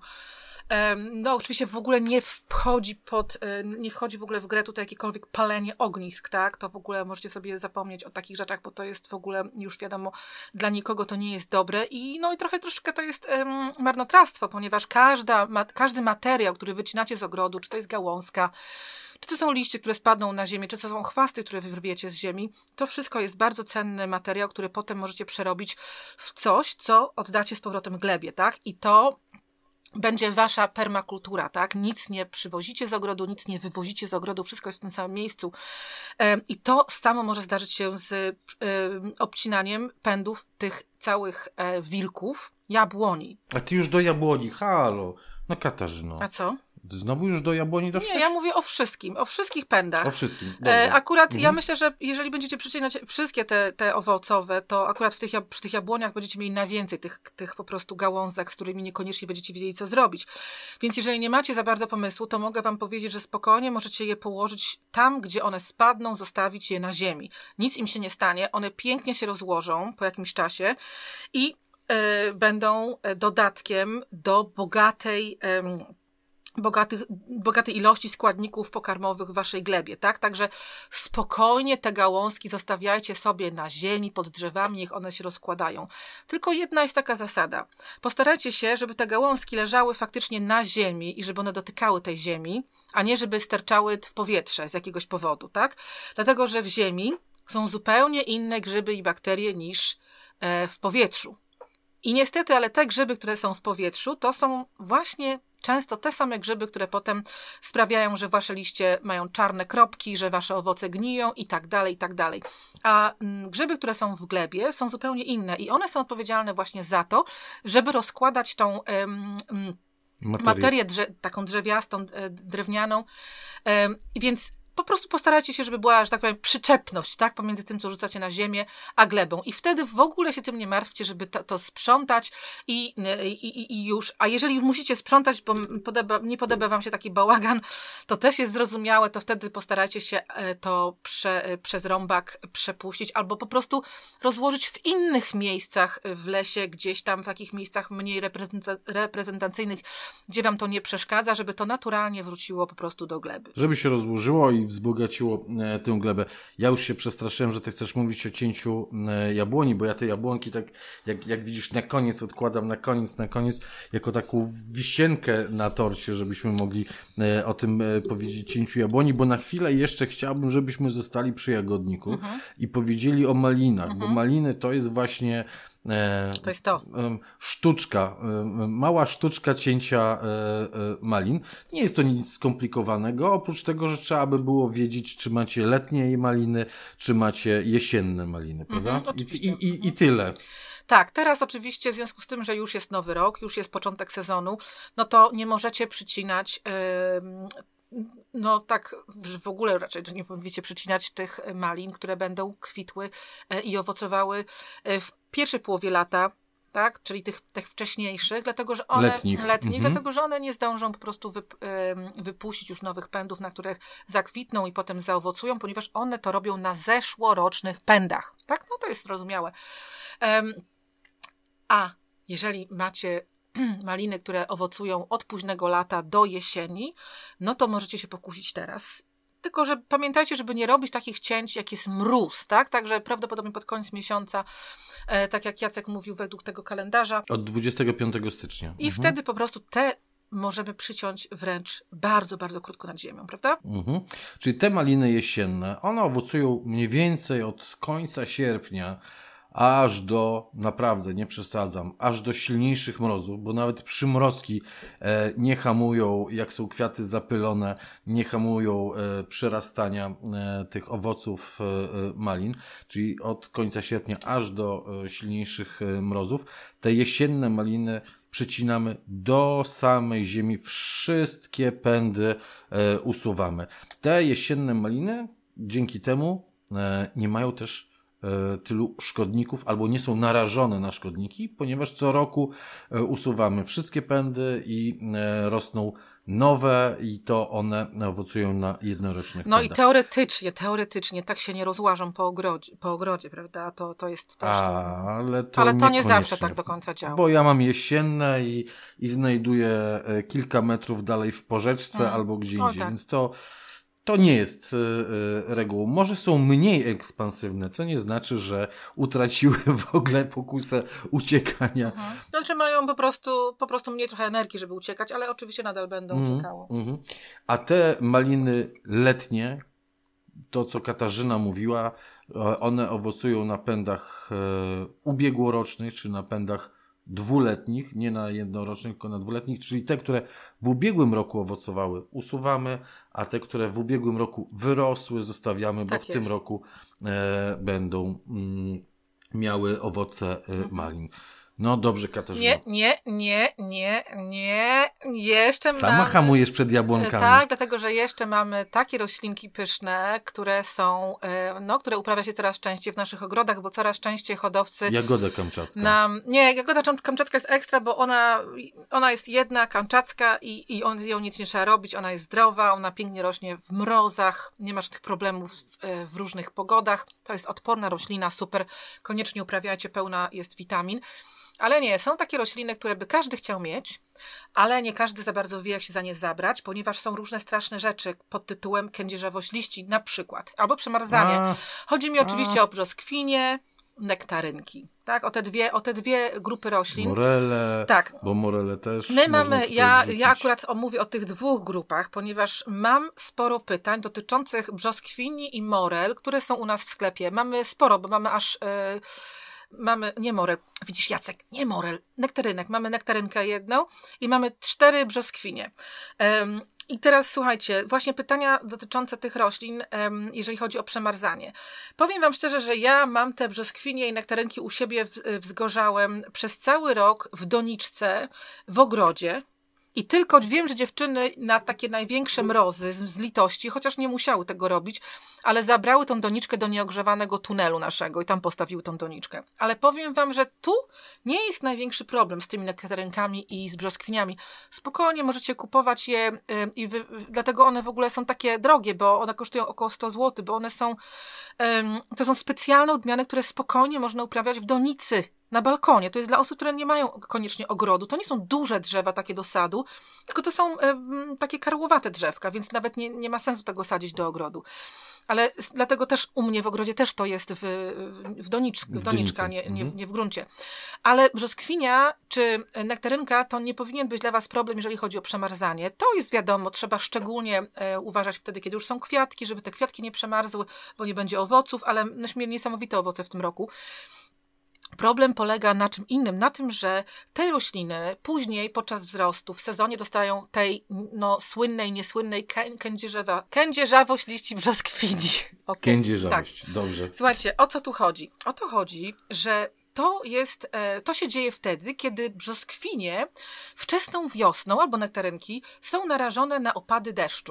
B: No oczywiście w ogóle nie wchodzi w ogóle w grę tutaj jakiekolwiek palenie ognisk, tak? To w ogóle możecie sobie zapomnieć o takich rzeczach, bo to jest w ogóle już wiadomo, dla nikogo to nie jest dobre i troszeczkę to jest marnotrawstwo, ponieważ każdy materiał, który wycinacie z ogrodu, czy to jest gałązka, czy to są liście, które spadną na ziemię, czy to są chwasty, które wyrwiecie z ziemi, to wszystko jest bardzo cenny materiał, który potem możecie przerobić w coś, co oddacie z powrotem glebie, tak? I to będzie wasza permakultura, tak? Nic nie przywozicie z ogrodu, nic nie wywozicie z ogrodu, wszystko jest w tym samym miejscu. I to samo może zdarzyć się z obcinaniem pędów tych całych wilków, jabłoni.
C: A ty już do jabłoni, halo. No Katarzyno.
B: A co?
C: Znowu już do jabłoni doszłaś?
B: Nie, ja mówię o wszystkich pędach.
C: O wszystkim, dobrze.
B: Akurat ja myślę, że jeżeli będziecie przycinać wszystkie te owocowe, to akurat przy tych jabłoniach będziecie mieli najwięcej tych po prostu gałązek, z którymi niekoniecznie będziecie wiedzieli, co zrobić. Więc jeżeli nie macie za bardzo pomysłu, to mogę wam powiedzieć, że spokojnie możecie je położyć tam, gdzie one spadną, zostawić je na ziemi. Nic im się nie stanie, one pięknie się rozłożą po jakimś czasie i będą dodatkiem do bogatej ilości składników pokarmowych w waszej glebie, tak? Także spokojnie te gałązki zostawiajcie sobie na ziemi, pod drzewami, niech one się rozkładają. Tylko jedna jest taka zasada. Postarajcie się, żeby te gałązki leżały faktycznie na ziemi i żeby one dotykały tej ziemi, a nie żeby sterczały w powietrze z jakiegoś powodu, tak? Dlatego, że w ziemi są zupełnie inne grzyby i bakterie niż w powietrzu. I niestety, ale te grzyby, które są w powietrzu, to są właśnie często te same grzyby, które potem sprawiają, że wasze liście mają czarne kropki, że wasze owoce gniją i tak dalej, i tak dalej. A grzyby, które są w glebie, są zupełnie inne i one są odpowiedzialne właśnie za to, żeby rozkładać tą materię taką drzewiastą, drewnianą. Więc po prostu postarajcie się, żeby była, że tak powiem, przyczepność, tak, pomiędzy tym, co rzucacie na ziemię, a glebą. I wtedy w ogóle się tym nie martwcie, żeby to sprzątać i już. A jeżeli już musicie sprzątać, bo nie podoba wam się taki bałagan, to też jest zrozumiałe, to wtedy postarajcie się to przez rąbak przepuścić albo po prostu rozłożyć w innych miejscach w lesie, gdzieś tam w takich miejscach mniej reprezentacyjnych, gdzie wam to nie przeszkadza, żeby to naturalnie wróciło po prostu do gleby.
C: Żeby się rozłożyło i wzbogaciło tę glebę. Ja już się przestraszyłem, że ty chcesz mówić o cięciu jabłoni, bo ja te jabłonki tak, jak widzisz, na koniec odkładam, na koniec, jako taką wisienkę na torcie, żebyśmy mogli o tym powiedzieć, cięciu jabłoni, bo na chwilę jeszcze chciałbym, żebyśmy zostali przy jagodniku i powiedzieli o malinach, bo maliny to jest właśnie
B: to jest to.
C: Sztuczka, mała sztuczka cięcia malin. Nie jest to nic skomplikowanego, oprócz tego, że trzeba by było wiedzieć, czy macie letnie maliny, czy macie jesienne maliny, prawda? I tyle.
B: Tak, teraz oczywiście w związku z tym, że już jest nowy rok, już jest początek sezonu, no to nie możecie przycinać no tak w ogóle raczej nie powinniście przycinać tych malin, które będą kwitły i owocowały w pierwszej połowie lata, tak? Czyli tych wcześniejszych, dlatego że one
C: Letnich.
B: dlatego że one nie zdążą po prostu wypuścić już nowych pędów, na których zakwitną i potem zaowocują, ponieważ one to robią na zeszłorocznych pędach. Tak? No to jest zrozumiałe. A jeżeli macie maliny, które owocują od późnego lata do jesieni, no to możecie się pokusić teraz. Tylko, że pamiętajcie, żeby nie robić takich cięć, jak jest mróz, tak? Także prawdopodobnie pod koniec miesiąca, tak jak Jacek mówił, według tego kalendarza.
C: Od 25 stycznia.
B: I wtedy po prostu te możemy przyciąć wręcz bardzo, bardzo krótko nad ziemią, prawda?
C: Czyli te maliny jesienne, one owocują mniej więcej od końca sierpnia aż do, naprawdę nie przesadzam, aż do silniejszych mrozów, bo nawet przymrozki nie hamują, jak są kwiaty zapylone, nie hamują przyrastania tych owoców malin, czyli od końca sierpnia aż do silniejszych mrozów. Te jesienne maliny przycinamy do samej ziemi, wszystkie pędy usuwamy. Te jesienne maliny dzięki temu nie mają też tylu szkodników, albo nie są narażone na szkodniki, ponieważ co roku usuwamy wszystkie pędy i rosną nowe i to one owocują na jednorocznych
B: No
C: pędach.
B: I teoretycznie tak się nie rozłażą po ogrodzie, prawda? To jest też...
C: Ale
B: to nie zawsze tak do końca działa.
C: Bo ja mam jesienne i znajduję kilka metrów dalej w porzeczce albo gdzie indziej,
B: tak.
C: więc to nie jest regułą. Może są mniej ekspansywne, co nie znaczy, że utraciły w ogóle pokusę uciekania.
B: Znaczy mają po prostu mniej trochę energii, żeby uciekać, ale oczywiście nadal będą uciekały.
C: A te maliny letnie, to co Katarzyna mówiła, one owocują na pędach ubiegłorocznych, czy na pędach dwuletnich, nie na jednorocznych, tylko na dwuletnich, czyli te, które w ubiegłym roku owocowały, usuwamy, a te, które w ubiegłym roku wyrosły, zostawiamy, bo
B: Tak
C: w tym roku będą miały owoce malin. No dobrze, Katarzyna.
B: Nie. Jeszcze
C: Sama
B: mamy...
C: hamujesz przed jabłonkami.
B: Tak, dlatego, że jeszcze mamy takie roślinki pyszne, które są, które uprawia się coraz częściej w naszych ogrodach, bo coraz częściej hodowcy...
C: Jagoda kamczacka.
B: Nie, jagoda kamczacka jest ekstra, bo ona jest jedna, kamczacka i z nią nic nie trzeba robić, ona jest zdrowa, ona pięknie rośnie w mrozach, nie masz tych problemów w różnych pogodach, to jest odporna roślina, super, koniecznie uprawiajcie, pełna jest witamin. Ale nie, są takie rośliny, które by każdy chciał mieć, ale nie każdy za bardzo wie, jak się za nie zabrać, ponieważ są różne straszne rzeczy pod tytułem kędzierzawość liści na przykład, albo przemarzanie. Chodzi mi oczywiście o brzoskwinie, nektarynki, tak? O te dwie grupy roślin.
C: Morele,
B: tak.
C: Bo morele też
B: My
C: można
B: mamy,
C: tutaj
B: ja
C: wrzucić.
B: akurat omówię o tych dwóch grupach, ponieważ mam sporo pytań dotyczących brzoskwini i morel, które są u nas w sklepie. Mamy sporo, bo mamy aż... nie morel, widzisz Jacek, nie morel, nektarynek. Mamy nektarynkę jedną i mamy 4 brzoskwinie. I teraz słuchajcie, właśnie pytania dotyczące tych roślin, jeżeli chodzi o przemarzanie. Powiem wam szczerze, że ja mam te brzoskwinie i nektarynki u siebie wzgorzałem przez cały rok w doniczce, w ogrodzie. I tylko wiem, że dziewczyny na takie największe mrozy z litości, chociaż nie musiały tego robić, ale zabrały tą doniczkę do nieogrzewanego tunelu naszego i tam postawiły tą doniczkę. Ale powiem wam, że tu nie jest największy problem z tymi nektarynkami i z brzoskwiniami. Spokojnie możecie kupować je i dlatego one w ogóle są takie drogie, bo one kosztują około 100 zł, bo one są, to są specjalne odmiany, które spokojnie można uprawiać w donicy. Na balkonie. To jest dla osób, które nie mają koniecznie ogrodu. To nie są duże drzewa takie do sadu, tylko to są takie karłowate drzewka, więc nawet nie ma sensu tego sadzić do ogrodu. Ale dlatego też u mnie w ogrodzie też to jest w doniczka, nie w gruncie. Ale brzoskwinia czy nektarynka to nie powinien być dla was problem, jeżeli chodzi o przemarzanie. To jest wiadomo, trzeba szczególnie uważać wtedy, kiedy już są kwiatki, żeby te kwiatki nie przemarzły, bo nie będzie owoców, ale myśmy mieli niesamowite owoce w tym roku. Problem polega na czym innym, na tym, że te rośliny później podczas wzrostu w sezonie dostają tej słynnej, niesłynnej kędzierzawość liści brzoskwini. Okay?
C: Kędzierzawość,
B: tak.
C: Dobrze.
B: Słuchajcie, o co tu chodzi? O to chodzi, że to się dzieje wtedy, kiedy brzoskwinie wczesną wiosną albo nektarynki są narażone na opady deszczu. Tak?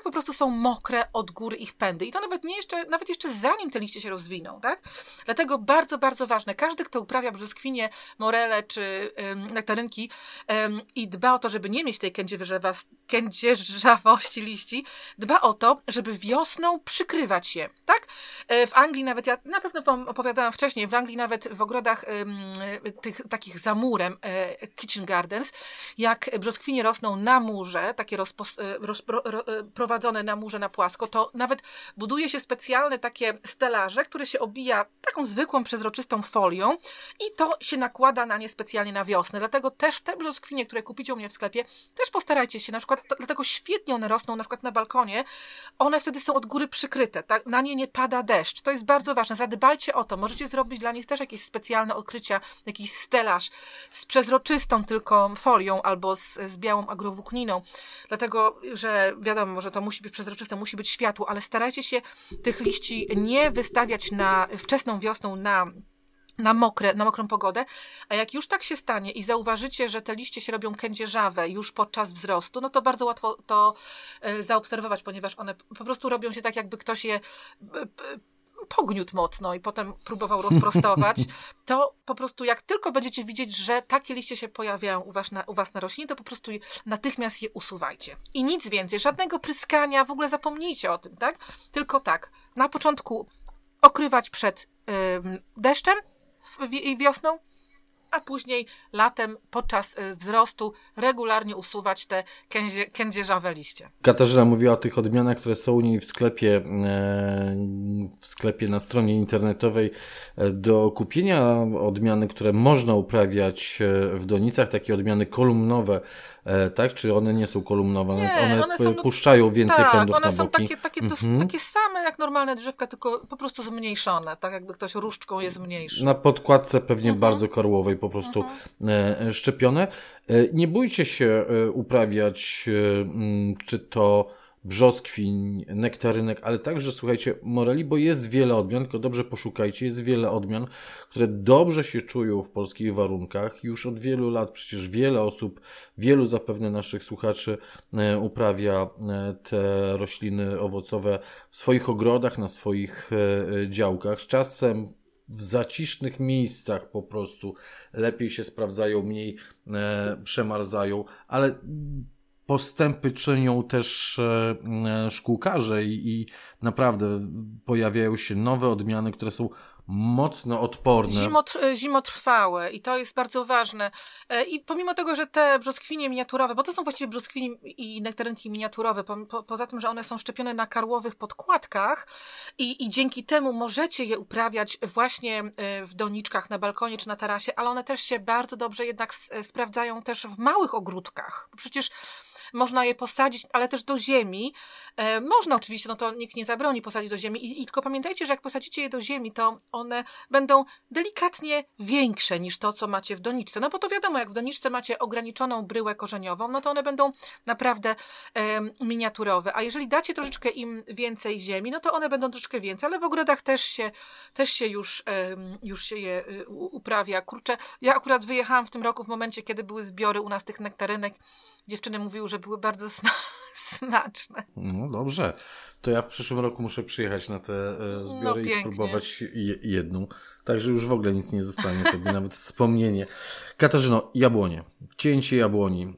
B: po prostu są mokre od góry ich pędy. I to nawet jeszcze zanim te liście się rozwiną, tak? Dlatego bardzo, bardzo ważne. Każdy, kto uprawia brzoskwinie, morele czy nektarynki i dba o to, żeby nie mieć tej kędzierzawości liści, dba o to, żeby wiosną przykrywać je, tak? W Anglii nawet, ja na pewno wam opowiadałam wcześniej, w Anglii nawet w ogrodach tych takich za murem, kitchen gardens, jak brzoskwinie rosną na murze, takie prowadzone na murze na płasko, to nawet buduje się specjalne takie stelaże, które się obija taką zwykłą, przezroczystą folią i to się nakłada na nie specjalnie na wiosnę. Dlatego też te brzoskwinie, które kupicie u mnie w sklepie, też postarajcie się, na przykład, dlatego świetnie one rosną na przykład na balkonie, one wtedy są od góry przykryte, tak? Na nie nie pada deszcz. To jest bardzo ważne. Zadbajcie o to. Możecie zrobić dla nich też jakieś specjalne odkrycia, jakiś stelaż z przezroczystą tylko folią albo z białą agrowłókniną, dlatego, że wiadomo, że to musi być przezroczyste, musi być światło, ale starajcie się tych liści nie wystawiać wczesną wiosną na mokrą pogodę, a jak już tak się stanie i zauważycie, że te liście się robią kędzierzawe już podczas wzrostu, no to bardzo łatwo to zaobserwować, ponieważ one po prostu robią się tak, jakby ktoś je pogniótł mocno i potem próbował rozprostować, to po prostu jak tylko będziecie widzieć, że takie liście się pojawiają u was na roślinie, to po prostu natychmiast je usuwajcie. I nic więcej, żadnego pryskania, w ogóle zapomnijcie o tym, tak? Tylko tak, na początku okrywać przed deszczem i wiosną, a później latem podczas wzrostu regularnie usuwać te kędzierzawe liście.
C: Katarzyna mówiła o tych odmianach, które są u niej w sklepie na stronie internetowej do kupienia. Odmiany, które można uprawiać w donicach, takie odmiany kolumnowe, tak? Czy one nie są kolumnowe?
B: Nie, one są,
C: puszczają więcej pędów na boki.
B: Tak, one są takie same jak normalne drzewka, tylko po prostu zmniejszone, tak jakby ktoś różdżką je zmniejszył.
C: Na podkładce pewnie bardzo karłowej po prostu szczepione. Nie bójcie się uprawiać czy to brzoskwiń, nektarynek, ale także, słuchajcie, moreli, bo jest wiele odmian, tylko dobrze poszukajcie, jest wiele odmian, które dobrze się czują w polskich warunkach. Już od wielu lat przecież wiele osób, wielu zapewne naszych słuchaczy uprawia te rośliny owocowe w swoich ogrodach, na swoich działkach. Czasem w zacisznych miejscach po prostu lepiej się sprawdzają, mniej przemarzają, ale postępy czynią też szkółkarze i naprawdę pojawiają się nowe odmiany, które są mocno odporne.
B: Zimotrwałe i to jest bardzo ważne. I pomimo tego, że te brzoskwinie miniaturowe, bo to są właściwie brzoskwinie i nektarynki miniaturowe, poza tym, że one są szczepione na karłowych podkładkach i dzięki temu możecie je uprawiać właśnie w doniczkach, na balkonie czy na tarasie, ale one też się bardzo dobrze jednak sprawdzają też w małych ogródkach. Przecież można je posadzić, ale też do ziemi. Można oczywiście, no to nikt nie zabroni posadzić do ziemi i tylko pamiętajcie, że jak posadzicie je do ziemi, to one będą delikatnie większe niż to, co macie w doniczce. No bo to wiadomo, jak w doniczce macie ograniczoną bryłę korzeniową, no to one będą naprawdę miniaturowe. A jeżeli dacie troszeczkę im więcej ziemi, no to one będą troszeczkę więcej, ale w ogrodach też się już się je uprawia. Kurczę, ja akurat wyjechałam w tym roku w momencie, kiedy były zbiory u nas tych nektarynek. Dziewczyny mówiły, że były bardzo smaczne.
C: No dobrze. To ja w przyszłym roku muszę przyjechać na te zbiory i spróbować jedną. Także już w ogóle nic nie zostanie sobie, nawet wspomnienie. Katarzyno, jabłonie. Cięcie jabłoni.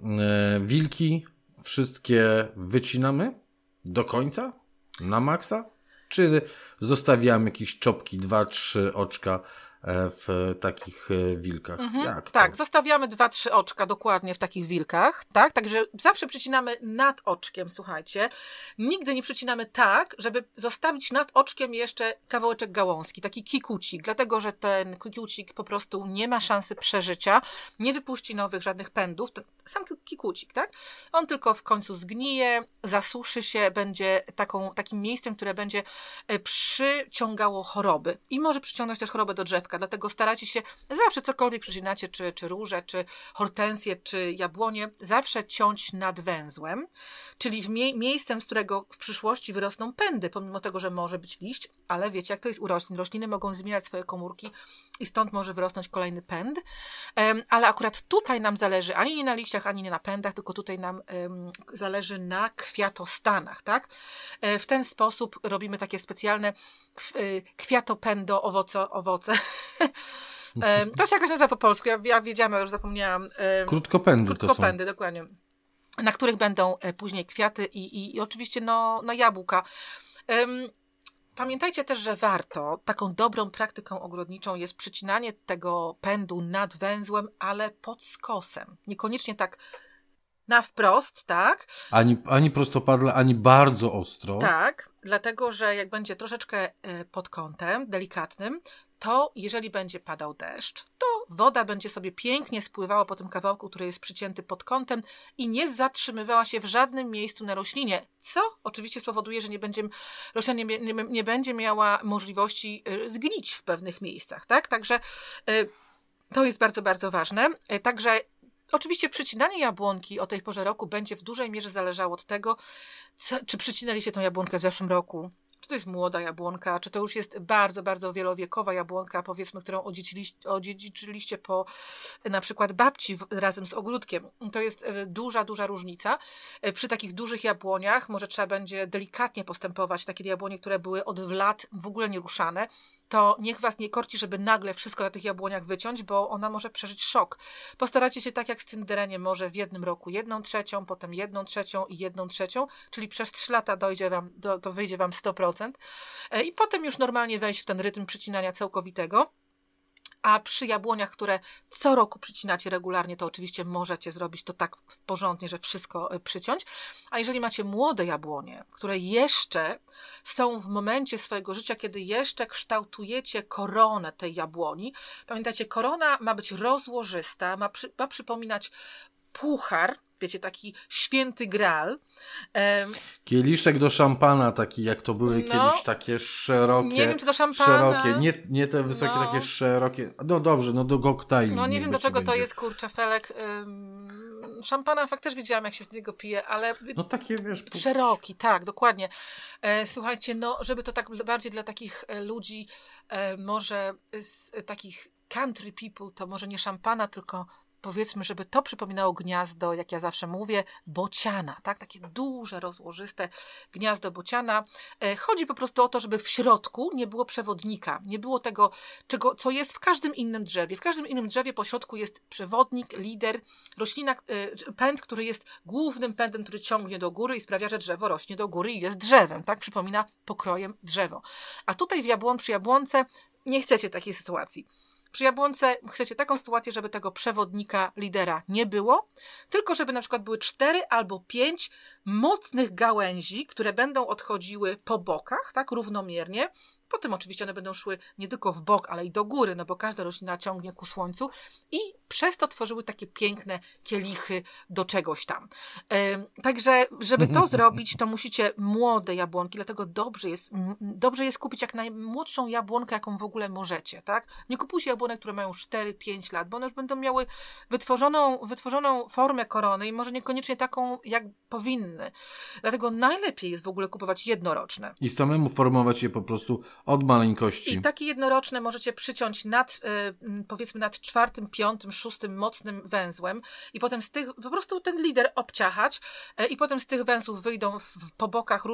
C: Wilki wszystkie wycinamy do końca? Na maksa? Czy zostawiamy jakieś czopki, 2-3 oczka w takich wilkach? Jak
B: tak,
C: to?
B: zostawiamy 2-3 oczka dokładnie w takich wilkach, tak? Także zawsze przycinamy nad oczkiem, słuchajcie. Nigdy nie przycinamy tak, żeby zostawić nad oczkiem jeszcze kawałeczek gałązki, taki kikucik, dlatego, że ten kikucik po prostu nie ma szansy przeżycia, nie wypuści nowych żadnych pędów, ten sam kikucik, tak? On tylko w końcu zgnije, zasuszy się, będzie takim miejscem, które będzie przyciągało choroby i może przyciągnąć też chorobę do drzewka. drzewka. Dlatego starajcie się zawsze cokolwiek przycinacie, czy róże, czy hortensje, czy jabłonie, zawsze ciąć nad węzłem, czyli miejscem, z którego w przyszłości wyrosną pędy, pomimo tego, że może być liść, ale wiecie, jak to jest u roślin. Rośliny mogą zmieniać swoje komórki i stąd może wyrosnąć kolejny pęd, ale akurat tutaj nam zależy ani nie na liściach, ani nie na pędach, tylko tutaj nam zależy na kwiatostanach, tak? W ten sposób robimy takie specjalne kwiatopędo owoce. To się jakoś nazywa po polsku, ja wiedziałam, ale już zapomniałam.
C: Krótkopędy to są.
B: Krótkopędy, dokładnie. Na których będą później kwiaty i oczywiście jabłka. Pamiętajcie też, że warto, taką dobrą praktyką ogrodniczą jest przycinanie tego pędu nad węzłem, ale pod skosem. Niekoniecznie tak na wprost, tak?
C: Ani prostopadle, ani bardzo ostro.
B: Tak, dlatego, że jak będzie troszeczkę pod kątem, delikatnym, to jeżeli będzie padał deszcz, to woda będzie sobie pięknie spływała po tym kawałku, który jest przycięty pod kątem i nie zatrzymywała się w żadnym miejscu na roślinie, co oczywiście spowoduje, że roślina nie będzie miała możliwości zgnić w pewnych miejscach, tak? Także to jest bardzo, bardzo ważne. Także oczywiście przycinanie jabłonki o tej porze roku będzie w dużej mierze zależało od tego, czy przycinaliście tą jabłonkę w zeszłym roku, czy to jest młoda jabłonka, czy to już jest bardzo, bardzo wielowiekowa jabłonka, powiedzmy, którą odziedziczyliście po na przykład babci razem z ogródkiem. To jest duża, duża różnica. Przy takich dużych jabłoniach może trzeba będzie delikatnie postępować. Takie jabłonie, które były od lat w ogóle nieruszane, to niech was nie korci, żeby nagle wszystko na tych jabłoniach wyciąć, bo ona może przeżyć szok. Postarajcie się tak jak z cyndereniem, może w jednym roku 1/3, potem 1/3 i 1/3, czyli przez 3 lata to wyjdzie wam 100%. I potem już normalnie wejść w ten rytm przycinania całkowitego. A przy jabłoniach, które co roku przycinacie regularnie, to oczywiście możecie zrobić to tak porządnie, że wszystko przyciąć. A jeżeli macie młode jabłonie, które jeszcze są w momencie swojego życia, kiedy jeszcze kształtujecie koronę tej jabłoni, pamiętajcie, korona ma być rozłożysta, ma przypominać puchar, wiecie, taki święty graal.
C: Kieliszek do szampana, taki jak to były kiedyś, takie szerokie.
B: Nie wiem, czy do szampana.
C: Szerokie, nie te wysokie, takie szerokie. No dobrze, do koktajli.
B: Nie wiem, do czego to jest, kurczę, Felek. Szampana fakt też wiedziałam, jak się z niego pije, ale
C: takie, wiesz...
B: Szeroki, tak, dokładnie. Słuchajcie, żeby to tak bardziej dla takich ludzi, może z takich country people, to może nie szampana, tylko powiedzmy, żeby to przypominało gniazdo, jak ja zawsze mówię, bociana, tak? Takie duże, rozłożyste gniazdo bociana. Chodzi po prostu o to, żeby w środku nie było przewodnika, nie było tego, co jest w każdym innym drzewie. W każdym innym drzewie po środku jest przewodnik, lider, roślina, pęd, który jest głównym pędem, który ciągnie do góry i sprawia, że drzewo rośnie do góry i jest drzewem, tak? Przypomina pokrojem drzewo. A tutaj przy jabłonce nie chcecie takiej sytuacji. Przy jabłonce chcecie taką sytuację, żeby tego przewodnika, lidera nie było, tylko żeby na przykład były 4 albo 5 mocnych gałęzi, które będą odchodziły po bokach, tak, równomiernie. Potem oczywiście one będą szły nie tylko w bok, ale i do góry, bo każda roślina ciągnie ku słońcu i przez to tworzyły takie piękne kielichy do czegoś tam. Także, żeby to zrobić, to musicie młode jabłonki, dlatego dobrze jest kupić jak najmłodszą jabłonkę, jaką w ogóle możecie, tak? Nie kupujcie jabłonek, które mają 4-5 lat, bo one już będą miały wytworzoną formę korony i może niekoniecznie taką, jak powinny. Dlatego najlepiej jest w ogóle kupować jednoroczne.
C: I samemu formować je po prostu od maleńkości.
B: I takie jednoroczne możecie przyciąć powiedzmy nad 4., 5., 6. mocnym węzłem i potem z tych, po prostu ten lider obciachać i potem z tych węzłów wyjdą po bokach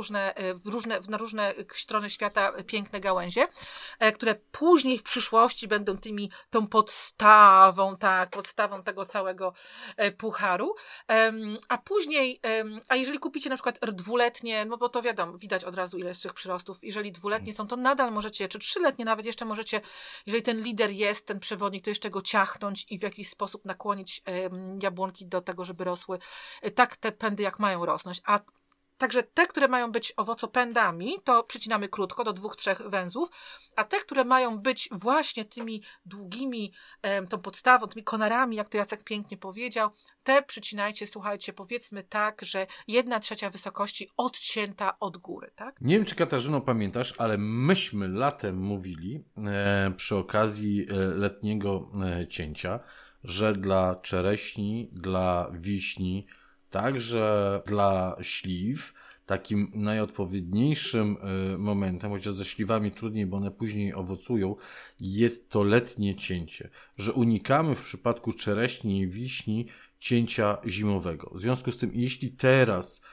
B: na różne strony świata piękne gałęzie, które później w przyszłości będą tą podstawą tego całego pucharu. A później, jeżeli kupicie na przykład 2-letnie, bo to wiadomo, widać od razu ile jest tych przyrostów, jeżeli 2-letnie są, to nadal możecie, czy 3-letnie nawet jeszcze możecie, jeżeli ten lider jest, ten przewodnik, to jeszcze go ciachnąć i w jakiś sposób nakłonić jabłonki do tego, żeby rosły tak te pędy, jak mają rosnąć. A Także te, które mają być owocopędami, to przycinamy krótko, do 2-3 węzłów, a te, które mają być właśnie tymi długimi, tą podstawą, tymi konarami, jak to Jacek pięknie powiedział, te przycinajcie, słuchajcie, powiedzmy tak, że 1/3 wysokości odcięta od góry, tak?
C: Nie wiem, czy Katarzyno pamiętasz, ale myśmy latem mówili przy okazji letniego cięcia, że dla czereśni, dla wiśni, także dla śliw, takim najodpowiedniejszym momentem, chociaż ze śliwami trudniej, bo one później owocują, jest to letnie cięcie. Że unikamy w przypadku czereśni i wiśni cięcia zimowego. W związku z tym, jeśli teraz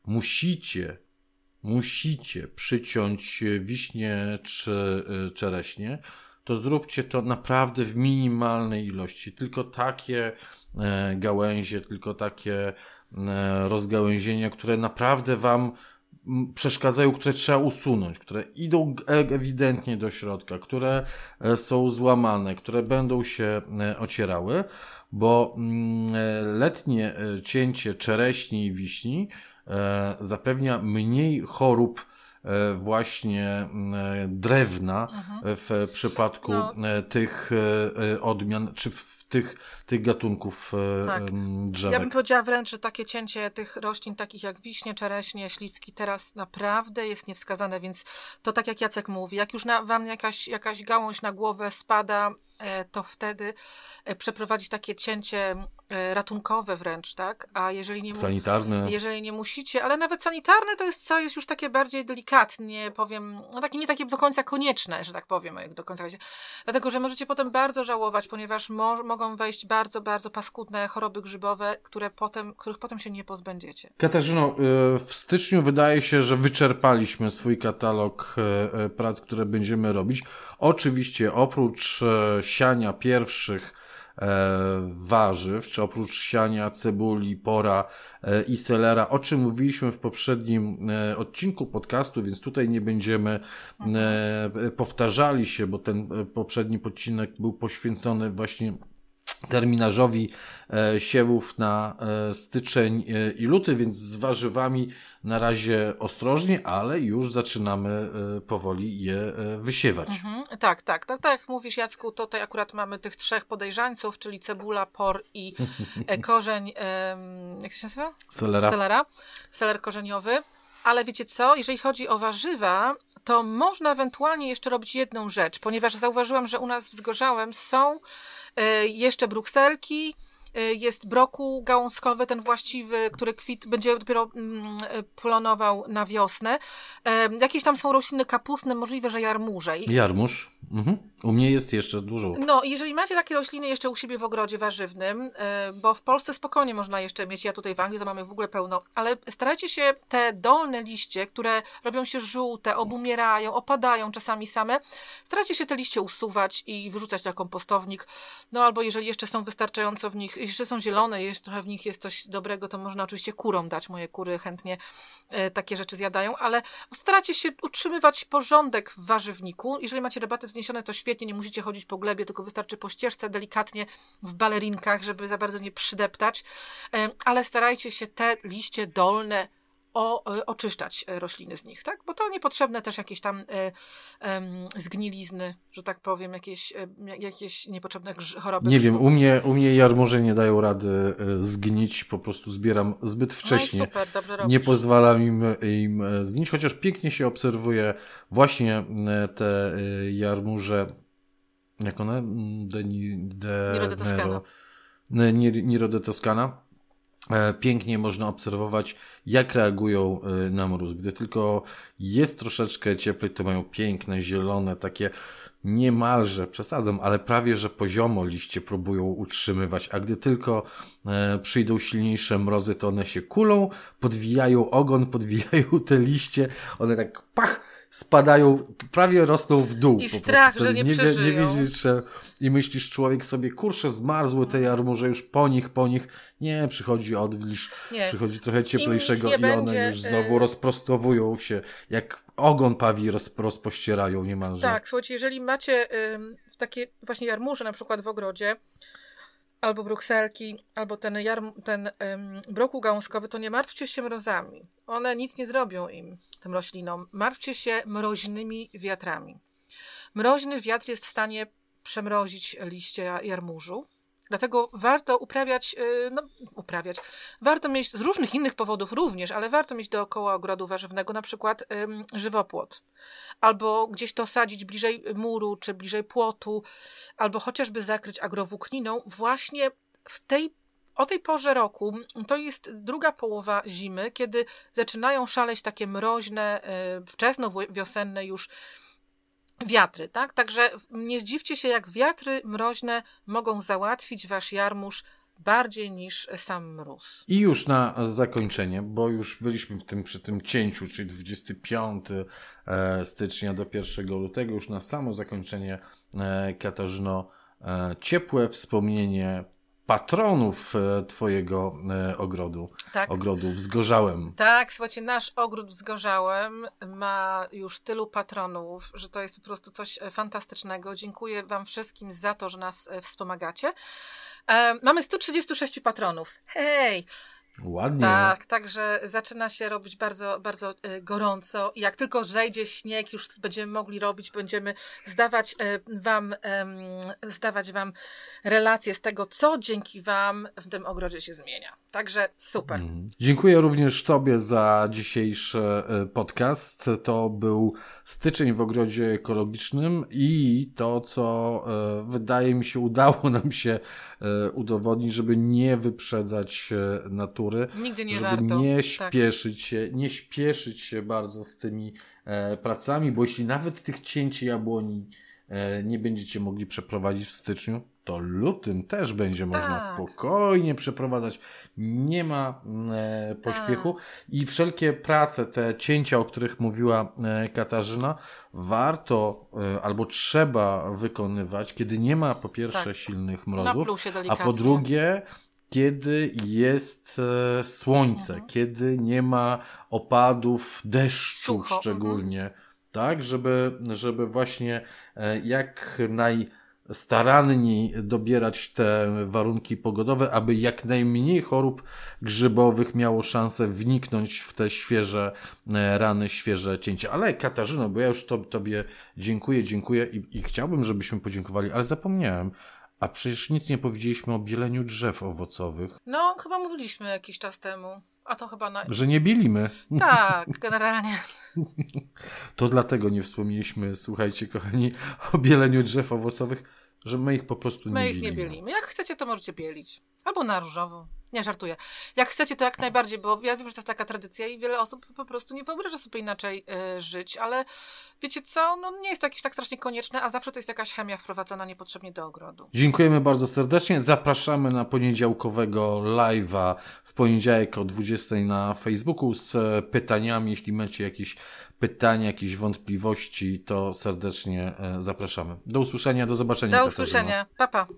C: musicie przyciąć wiśnie czy czereśnie, to zróbcie to naprawdę w minimalnej ilości. Tylko takie gałęzie, tylko takie rozgałęzienia, które naprawdę Wam przeszkadzają, które trzeba usunąć, które idą ewidentnie do środka, które są złamane, które będą się ocierały, bo letnie cięcie czereśni i wiśni zapewnia mniej chorób właśnie drewna w przypadku tych odmian, czy w tych gatunków drzewek.
B: Ja bym powiedziała wręcz, że takie cięcie tych roślin, takich jak wiśnie, czereśnie, śliwki, teraz naprawdę jest niewskazane, więc to tak jak Jacek mówi, jak już wam jakaś gałąź na głowę spada, to wtedy przeprowadzić takie cięcie ratunkowe wręcz, tak? A
C: sanitarne.
B: Jeżeli nie musicie, ale nawet sanitarne to jest już takie bardziej delikatnie, powiem, nie takie do końca konieczne, że tak powiem, jak do końca. Dlatego, że możecie potem bardzo żałować, ponieważ mogą wejść bardzo, bardzo paskudne choroby grzybowe, których potem się nie pozbędziecie.
C: Katarzyno, w styczniu wydaje się, że wyczerpaliśmy swój katalog prac, które będziemy robić. Oczywiście oprócz siania pierwszych warzyw, czy oprócz siania cebuli, pora i selera, o czym mówiliśmy w poprzednim odcinku podcastu, więc tutaj nie będziemy powtarzali się, bo ten poprzedni odcinek był poświęcony właśnie terminarzowi siewów na styczeń i luty, więc z warzywami na razie ostrożnie, ale już zaczynamy powoli je wysiewać.
B: Tak jak mówisz, Jacku, tutaj akurat mamy tych 3 podejrzańców, czyli cebula, por i korzeń, jak to się nazywa? Seler korzeniowy. Ale wiecie co, jeżeli chodzi o warzywa, to można ewentualnie jeszcze robić jedną rzecz, ponieważ zauważyłam, że u nas w Zgorzałem są jeszcze brukselki, jest brokuł gałązkowy, ten właściwy, który będzie dopiero plonował na wiosnę. Jakieś tam są rośliny kapustne, możliwe, że jarmuże.
C: Jarmuż. U mnie jest jeszcze dużo.
B: No, jeżeli macie takie rośliny jeszcze u siebie w ogrodzie warzywnym, bo w Polsce spokojnie można jeszcze mieć, ja tutaj w Anglii to mamy w ogóle pełno, ale starajcie się te dolne liście, które robią się żółte, obumierają, opadają czasami same, starajcie się te liście usuwać i wyrzucać na kompostownik. No albo jeżeli jeszcze są wystarczająco w nich, jeszcze są zielone, jeszcze trochę w nich jest coś dobrego, to można oczywiście kurom dać. Moje kury chętnie takie rzeczy zjadają, ale starajcie się utrzymywać porządek w warzywniku. Jeżeli macie rabaty wzniesione, to świetnie, nie musicie chodzić po glebie, tylko wystarczy po ścieżce delikatnie w balerinkach, żeby za bardzo nie przydeptać, ale starajcie się te liście dolne oczyszczać rośliny z nich, tak? Bo to niepotrzebne też jakieś tam zgnilizny, że tak powiem, jakieś niepotrzebne choroby.
C: Nie wiem, u mnie jarmuże nie dają rady zgnić, po prostu zbieram zbyt wcześnie.
B: No super, dobrze robisz.
C: Nie pozwalam im zgnić, chociaż pięknie się obserwuje właśnie te jarmuże, jak one? Nero de Toscana. Pięknie można obserwować, jak reagują na mróz. Gdy tylko jest troszeczkę cieplej, to mają piękne, zielone, takie niemalże, przesadzam, ale prawie, że poziomo liście próbują utrzymywać, a gdy tylko przyjdą silniejsze mrozy, to one się kulą, podwijają ogon, podwijają te liście, one tak spadają, prawie rosną w dół.
B: I strach, że nie przeżyją.
C: Nie widzisz, i myślisz, człowiek sobie, kurczę, zmarzły te jarmuże, już po nich. Nie, przychodzi odwilż, przychodzi trochę cieplejszego i one już znowu rozprostowują się, jak ogon pawi rozpościerają niemalże.
B: Tak, słuchajcie, jeżeli macie takie właśnie jarmuże na przykład w ogrodzie, albo brukselki, albo ten brokuł gałązkowy, to nie martwcie się mrozami. One nic nie zrobią tym roślinom. Martwcie się mroźnymi wiatrami. Mroźny wiatr jest w stanie przemrozić liście jarmużu. Dlatego warto warto mieć z różnych innych powodów również, ale warto mieć dookoła ogrodu warzywnego na przykład żywopłot. Albo gdzieś to sadzić bliżej muru, czy bliżej płotu, albo chociażby zakryć agrowłókniną właśnie o tej porze roku. To jest druga połowa zimy, kiedy zaczynają szaleć takie mroźne, wczesnowiosenne już wiatry, tak? Także nie zdziwcie się, jak wiatry mroźne mogą załatwić wasz jarmuż bardziej niż sam mróz.
C: I już na zakończenie, bo już byliśmy przy tym cięciu, czyli 25 stycznia do 1 lutego, już na samo zakończenie, Katarzyno, ciepłe wspomnienie patronów twojego ogrodu,
B: tak.
C: Ogrodu w Zgorzałem.
B: Tak, słuchajcie, nasz ogród w Zgorzałem ma już tylu patronów, że to jest po prostu coś fantastycznego. Dziękuję wam wszystkim za to, że nas wspomagacie. Mamy 136 patronów. Hej!
C: Ładnie.
B: Tak, także zaczyna się robić bardzo, bardzo gorąco i jak tylko zejdzie śnieg, już będziemy mogli robić, będziemy zdawać wam relacje z tego, co dzięki wam w tym ogrodzie się zmienia. Także super.
C: Dziękuję również tobie za dzisiejszy podcast. To był styczeń w ogrodzie ekologicznym i to, co wydaje mi się, udało nam się udowodnić, żeby nie wyprzedzać natury.
B: Nigdy nie
C: żeby
B: warto.
C: Nie śpieszyć się bardzo z tymi pracami, bo jeśli nawet tych cięć jabłoni nie będziecie mogli przeprowadzić w styczniu, to lutym też będzie można spokojnie przeprowadzać. Nie ma pośpiechu i wszelkie prace, te cięcia, o których mówiła Katarzyna, warto albo trzeba wykonywać, kiedy nie ma po pierwsze silnych mrozów, a po drugie kiedy jest słońce, kiedy nie ma opadów deszczu szczególnie, tak, żeby właśnie jak najstaranniej dobierać te warunki pogodowe, aby jak najmniej chorób grzybowych miało szansę wniknąć w te świeże rany, świeże cięcia. Ale Katarzyno, bo ja już tobie dziękuję i chciałbym, żebyśmy podziękowali, ale zapomniałem. A przecież nic nie powiedzieliśmy o bieleniu drzew owocowych.
B: No, chyba mówiliśmy jakiś czas temu. A to chyba
C: Że nie bielimy.
B: Tak, generalnie.
C: To dlatego nie wspomnieliśmy, słuchajcie kochani, o bieleniu drzew owocowych, że my ich po prostu nie bielimy.
B: My ich nie bielimy. Jak chcecie, to możecie bielić. Albo na różowo. Nie, żartuję. Jak chcecie, to jak najbardziej, bo ja wiem, że to jest taka tradycja i wiele osób po prostu nie wyobraża sobie inaczej żyć, ale wiecie co, no nie jest to jakieś tak strasznie konieczne, a zawsze to jest jakaś chemia wprowadzana niepotrzebnie do ogrodu.
C: Dziękujemy bardzo serdecznie. Zapraszamy na poniedziałkowego live'a w poniedziałek o 20 na Facebooku z pytaniami. Jeśli macie jakieś pytania, jakieś wątpliwości, to serdecznie zapraszamy. Do usłyszenia, do zobaczenia.
B: Do usłyszenia. Pa, pa.